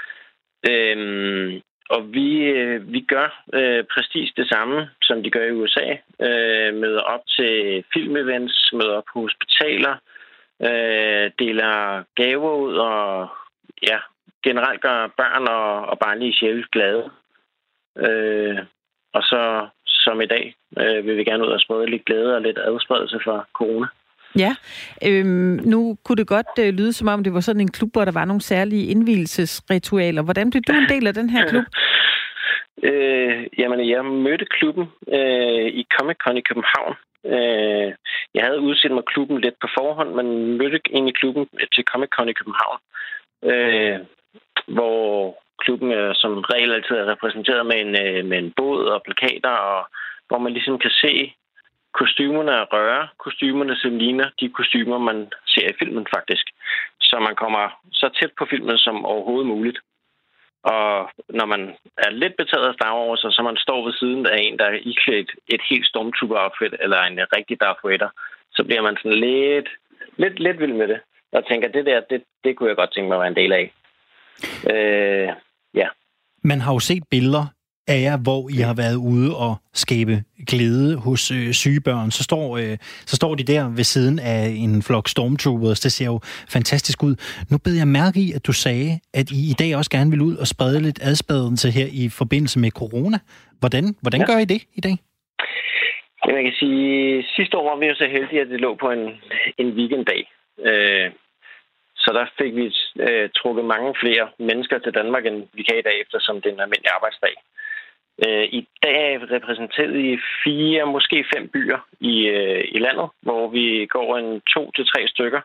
S9: Øhm, og vi, vi gør øh, præcis det samme, som de gør i U S A. Øh, møder op til filmevents, møder op på hospitaler, øh, deler gaver ud og ja, generelt gør børn og, og barnlige sjæle glade. Øh, og så som i dag øh, vil vi gerne ud og sprede lidt glæde og lidt adspredelse for corona.
S2: Ja, øhm, nu kunne det godt øh, lyde som om det var sådan en klub, hvor der var nogle særlige indvielsesritualer. Hvordan blev du en del af den her klub?
S9: øh, jamen, jeg mødte klubben øh, i Comic-Con i København. Øh, jeg havde udset mig klubben lidt på forhånd, men mødte egentlig klubben til Comic-Con i København, øh, hvor klubben øh, som regel altid er repræsenteret med en, øh, med en båd og plakater, og hvor man ligesom kan se kostymerne røre, kostymerne som ligner de kostymer, man ser i filmen faktisk. Så man kommer så tæt på filmen som overhovedet muligt. Og når man er lidt betaget af Star Wars, så man står ved siden af en, der er iklædt et helt Stormtrooper-outfit, eller en rigtig Darth Vader, så bliver man sådan lidt, lidt, lidt vild med det. Og tænker, det der, det, det kunne jeg godt tænke mig at være en del af. Øh, ja.
S1: Man har jo set billeder af jer, hvor I har været ude og skabe glæde hos øh, syge børn. Så står, øh, så står de der ved siden af en flok Stormtroopers. Det ser jo fantastisk ud. Nu bed jeg mærke i, at du sagde, at I i dag også gerne vil ud og sprede lidt adspredelse her i forbindelse med corona. Hvordan, hvordan ja. gør I det i dag?
S9: Ja, man kan sige, sidste år var vi jo så heldige, at det lå på en, en weekenddag. Øh, så der fik vi øh, trukket mange flere mennesker til Danmark, end vi kan i dag, eftersom det er en almindelig arbejdsdag. Øh, I dag er repræsenteret i fire, måske fem byer i, øh, i landet, hvor vi går en to til tre stykker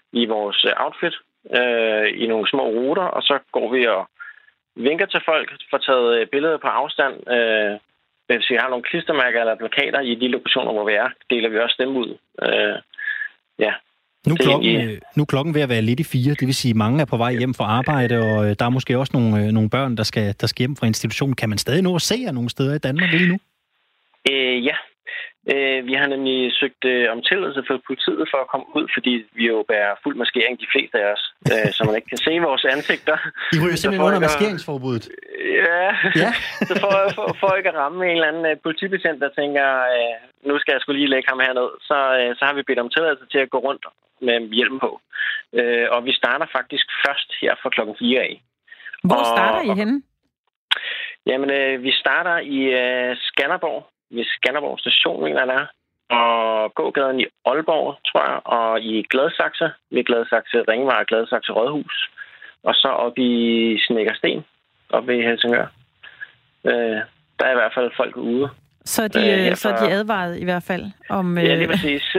S9: i vores outfit øh, i nogle små ruter, og så går vi og vinker til folk, får taget billeder på afstand. Øh, hvis vi har nogle klistermærker eller plakater i de lokationer, hvor vi er, deler vi også dem ud. Øh, ja.
S1: Nu er, klokken, nu er klokken ved at være lidt i fire, det vil sige, at mange er på vej hjem fra arbejde, og der er måske også nogle, nogle børn, der skal, der skal hjem fra institutionen. Kan man stadig nå at se jer nogle steder i Danmark lige nu?
S9: Øh, ja. Øh, vi har nemlig søgt øh, om tilladelse for politiet for at komme ud, fordi vi jo bærer fuld maskering, de fleste af os, øh, så man ikke kan se vores ansigter.
S1: I ryger simpelthen under maskeringsforbuddet?
S9: Ja, ja. Så for, for, for ikke at ramme en eller anden uh, politibetjent, der tænker, uh, nu skal jeg skulle lige lægge ham herned, så, uh, så har vi bedt om tilladelse til at gå rundt med hjelm på. Uh, og vi starter faktisk først her fra klokken fire af.
S2: Hvor
S9: og,
S2: starter I henne?
S9: Jamen, uh, vi starter i uh, Skanderborg, ved Skanderborg station, mener jeg, der. Og gågaden i Aalborg, tror jeg, og i Gladsaxe, ved Gladsaxe Ringvej og Gladsaxe Rådhus. Og så op i Snekkersten, oppe i Helsingør. Øh, der er i hvert fald folk ude.
S2: Så de, øh, så de advaret i hvert fald om... Øh,
S9: ja, det er præcis.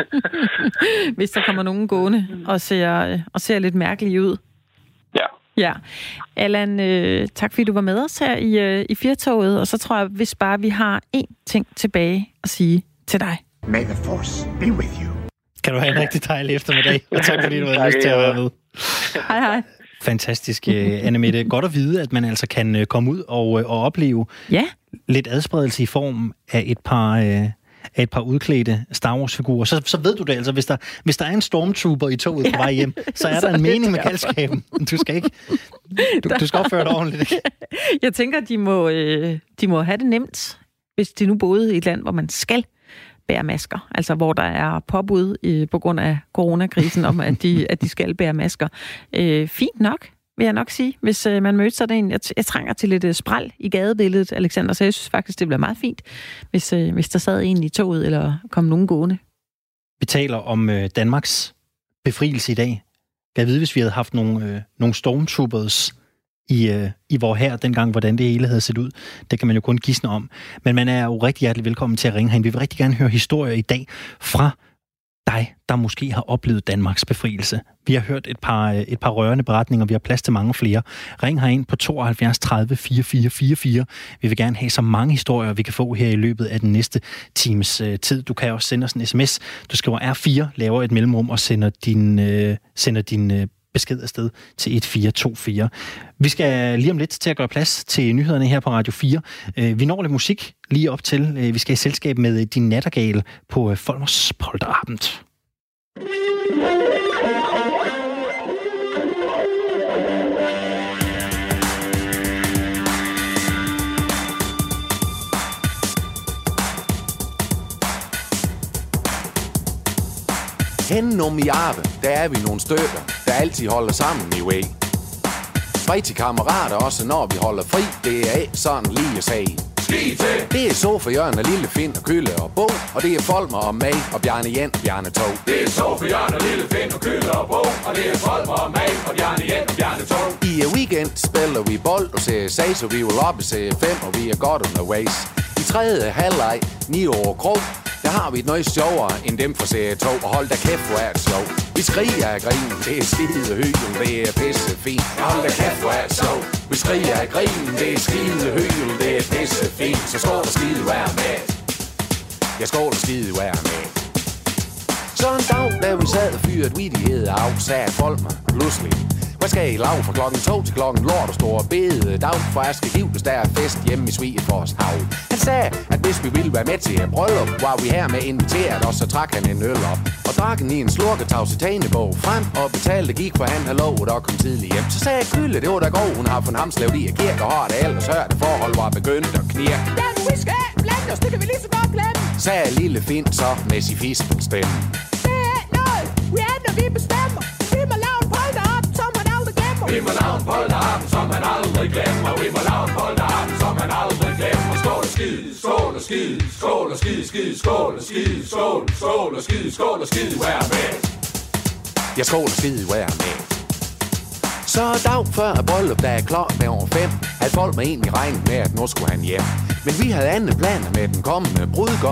S2: hvis der kommer nogen gående og ser, og ser lidt mærkelige ud.
S9: Ja.
S2: Ja. Allan, øh, tak fordi du var med os her i, øh, i Firtoget, og så tror jeg, hvis bare vi har én ting tilbage at sige til dig.
S8: May the force be with you.
S1: Kan du have en rigtig dejlig eftermiddag, og tak fordi du havde lyst til at være med.
S2: Hej hej.
S1: Fantastisk, Anne-Mette. Godt at vide, at man altså kan komme ud og, og opleve
S2: ja.
S1: lidt adspredelse i form af et par... Øh, af et par udklædte Star Wars-figurer. Så, så ved du det altså, hvis der, hvis der er en stormtrooper i toget på vej hjem, så er der en mening med galskaben. Du skal ikke... Du, du skal opføre dig ordentligt, ikke?
S2: Jeg tænker, de må, øh, de må have det nemt, hvis de nu boede i et land, hvor man skal bære masker. Altså, hvor der er påbud øh, på grund af coronakrisen om, at de, at de skal bære masker. Øh, fint nok, vil jeg nok sige, hvis øh, man mødte sådan en. Jeg, jeg trænger til lidt øh, spræl i gadebilledet, Alexander, så jeg synes faktisk, det bliver meget fint, hvis, øh, hvis der sad en i toget, eller kom nogen gående.
S1: Vi taler om øh, Danmarks befrielse i dag. Jeg ved, hvis vi havde haft nogle, øh, nogle stormtroopers i, øh, i vor hær dengang, hvordan det hele havde set ud. Det kan man jo kun gisne om. Men man er jo rigtig hjertelig velkommen til at ringe herind. Vi vil rigtig gerne høre historier i dag fra dig, der måske har oplevet Danmarks befrielse. Vi har hørt et par, et par rørende beretninger, vi har plads til mange flere. Ring herind på tooghalvfjerds tredive fireogfyrre fireogfyrre. Vi vil gerne have så mange historier, vi kan få her i løbet af den næste times uh, tid. Du kan også sende os en sms. Du skriver R fire, laver et mellemrum og sender din, uh, sender din uh, besked afsted til et fire to fire. Vi skal lige om lidt til at gøre plads til nyhederne her på Radio fire. Vi når lidt musik lige op til. Vi skal i selskab med Din Nattergale på Folmers Polterabend.
S10: Henne om i Arve, der er vi nogle stykker, der altid holder sammen i way. Fri til kammerater, også når vi holder fri, det er ikke sådan lige at sige. Det er Sofie, Jørgen og Lille Finn og Kølle og Bo, og det er Folmer og mig og Bjarne Jen og Bjarne Tog.
S11: Det er Sofie, Jørgen og Lille Finn og Kølle og Bo, og det er Folmer og mig og Bjarne Jen og Bjarne Tog.
S10: I weekend spiller vi bold og ser sag, så vi vil op i C fem, og vi er godt undervejs. I tredje halvleg, ni år krog, der har vi et noget sjovere end dem fra serie to, og hold da kæft, hvor er det sjov. Vi skriger af grin, det er skide hyggen, det er pisse fint.
S11: Hold da kæft, hvor er det sjov.
S10: Vi skriger af grin, det er skide hyggen, det er pisse fint. Så skål og skide vær med. Jeg skål og skide vær med. Så en dag, da vi sad og fyrede vittigheder af, sagde folk mig pludselig: hvad skal I lave fra klokken to til klokken lort og store bede dag, for jeg skal give, hvis der er fest hjemme i Svigerfors havn. Han sagde, at hvis vi ville være med til et bryllup, var vi her med inviteret, og så trak han en øl op. Og drak den i en slurketag til tegnebog frem, og betalte gik, for han havde lovet og kom tidligt hjem. Så sagde Kølle, det var da god, hun har fundet ham slævet i af kirke, og har det ellers hørt, det forhold var begyndt at knirke.
S11: Ja, nu vi skal blande os, det kan vi lige så godt glemme,
S10: sagde Lille Finn så med sin fispelstemme.
S11: Det er noget, vi er, når vi bestemmer. Vi må lave en polterabend, som han aldrig glemmer. Vi må lave en polterabend, som han aldrig glemmer. Vi må lave en polterabend, som han aldrig glemmer. Skål og skid, skål og skid, skål og skid, skid, skål og skid, skål, skål og skid, skål og skid, vær med.
S10: Jeg skål og skid, vær med. Så dag før bryllup, da jeg klokken var over fem, havde folk med egentlig regnet med, at nu skulle han hjem. Men vi havde andre planer med den kommende brudgom, så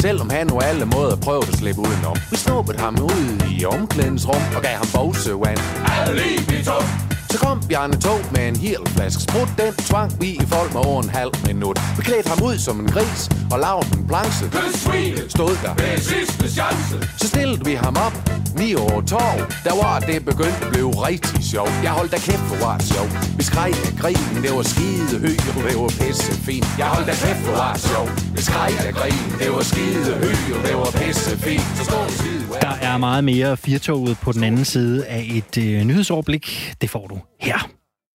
S10: Selvom han nu alle måder prøvede at slippe udenom. Vi snuppede ham ud i omklædningsrum og gav ham bosevand. Så kom Bjarne Tog med en hel flaske sprut. Den tvang vi i folk med over en halv minut. Vi klædte ham ud som en gris og lavede en planche. Stod der med sidste chance. Så stillede vi ham op ni år torv. Der var det begyndte at blive rigtig sjovt. Jeg holdt da kæft for var sjov. Vi skreg af grinen, det var skide høj, og det var pisse fint. Jeg holdt da kæft for var sjov. Vi skreg af grinen, det var skide høj, og det var pisse fint. Så stod det skide.
S1: Der er meget mere firtoget på den anden side af et øh, nyhedsoverblik. Det får du her.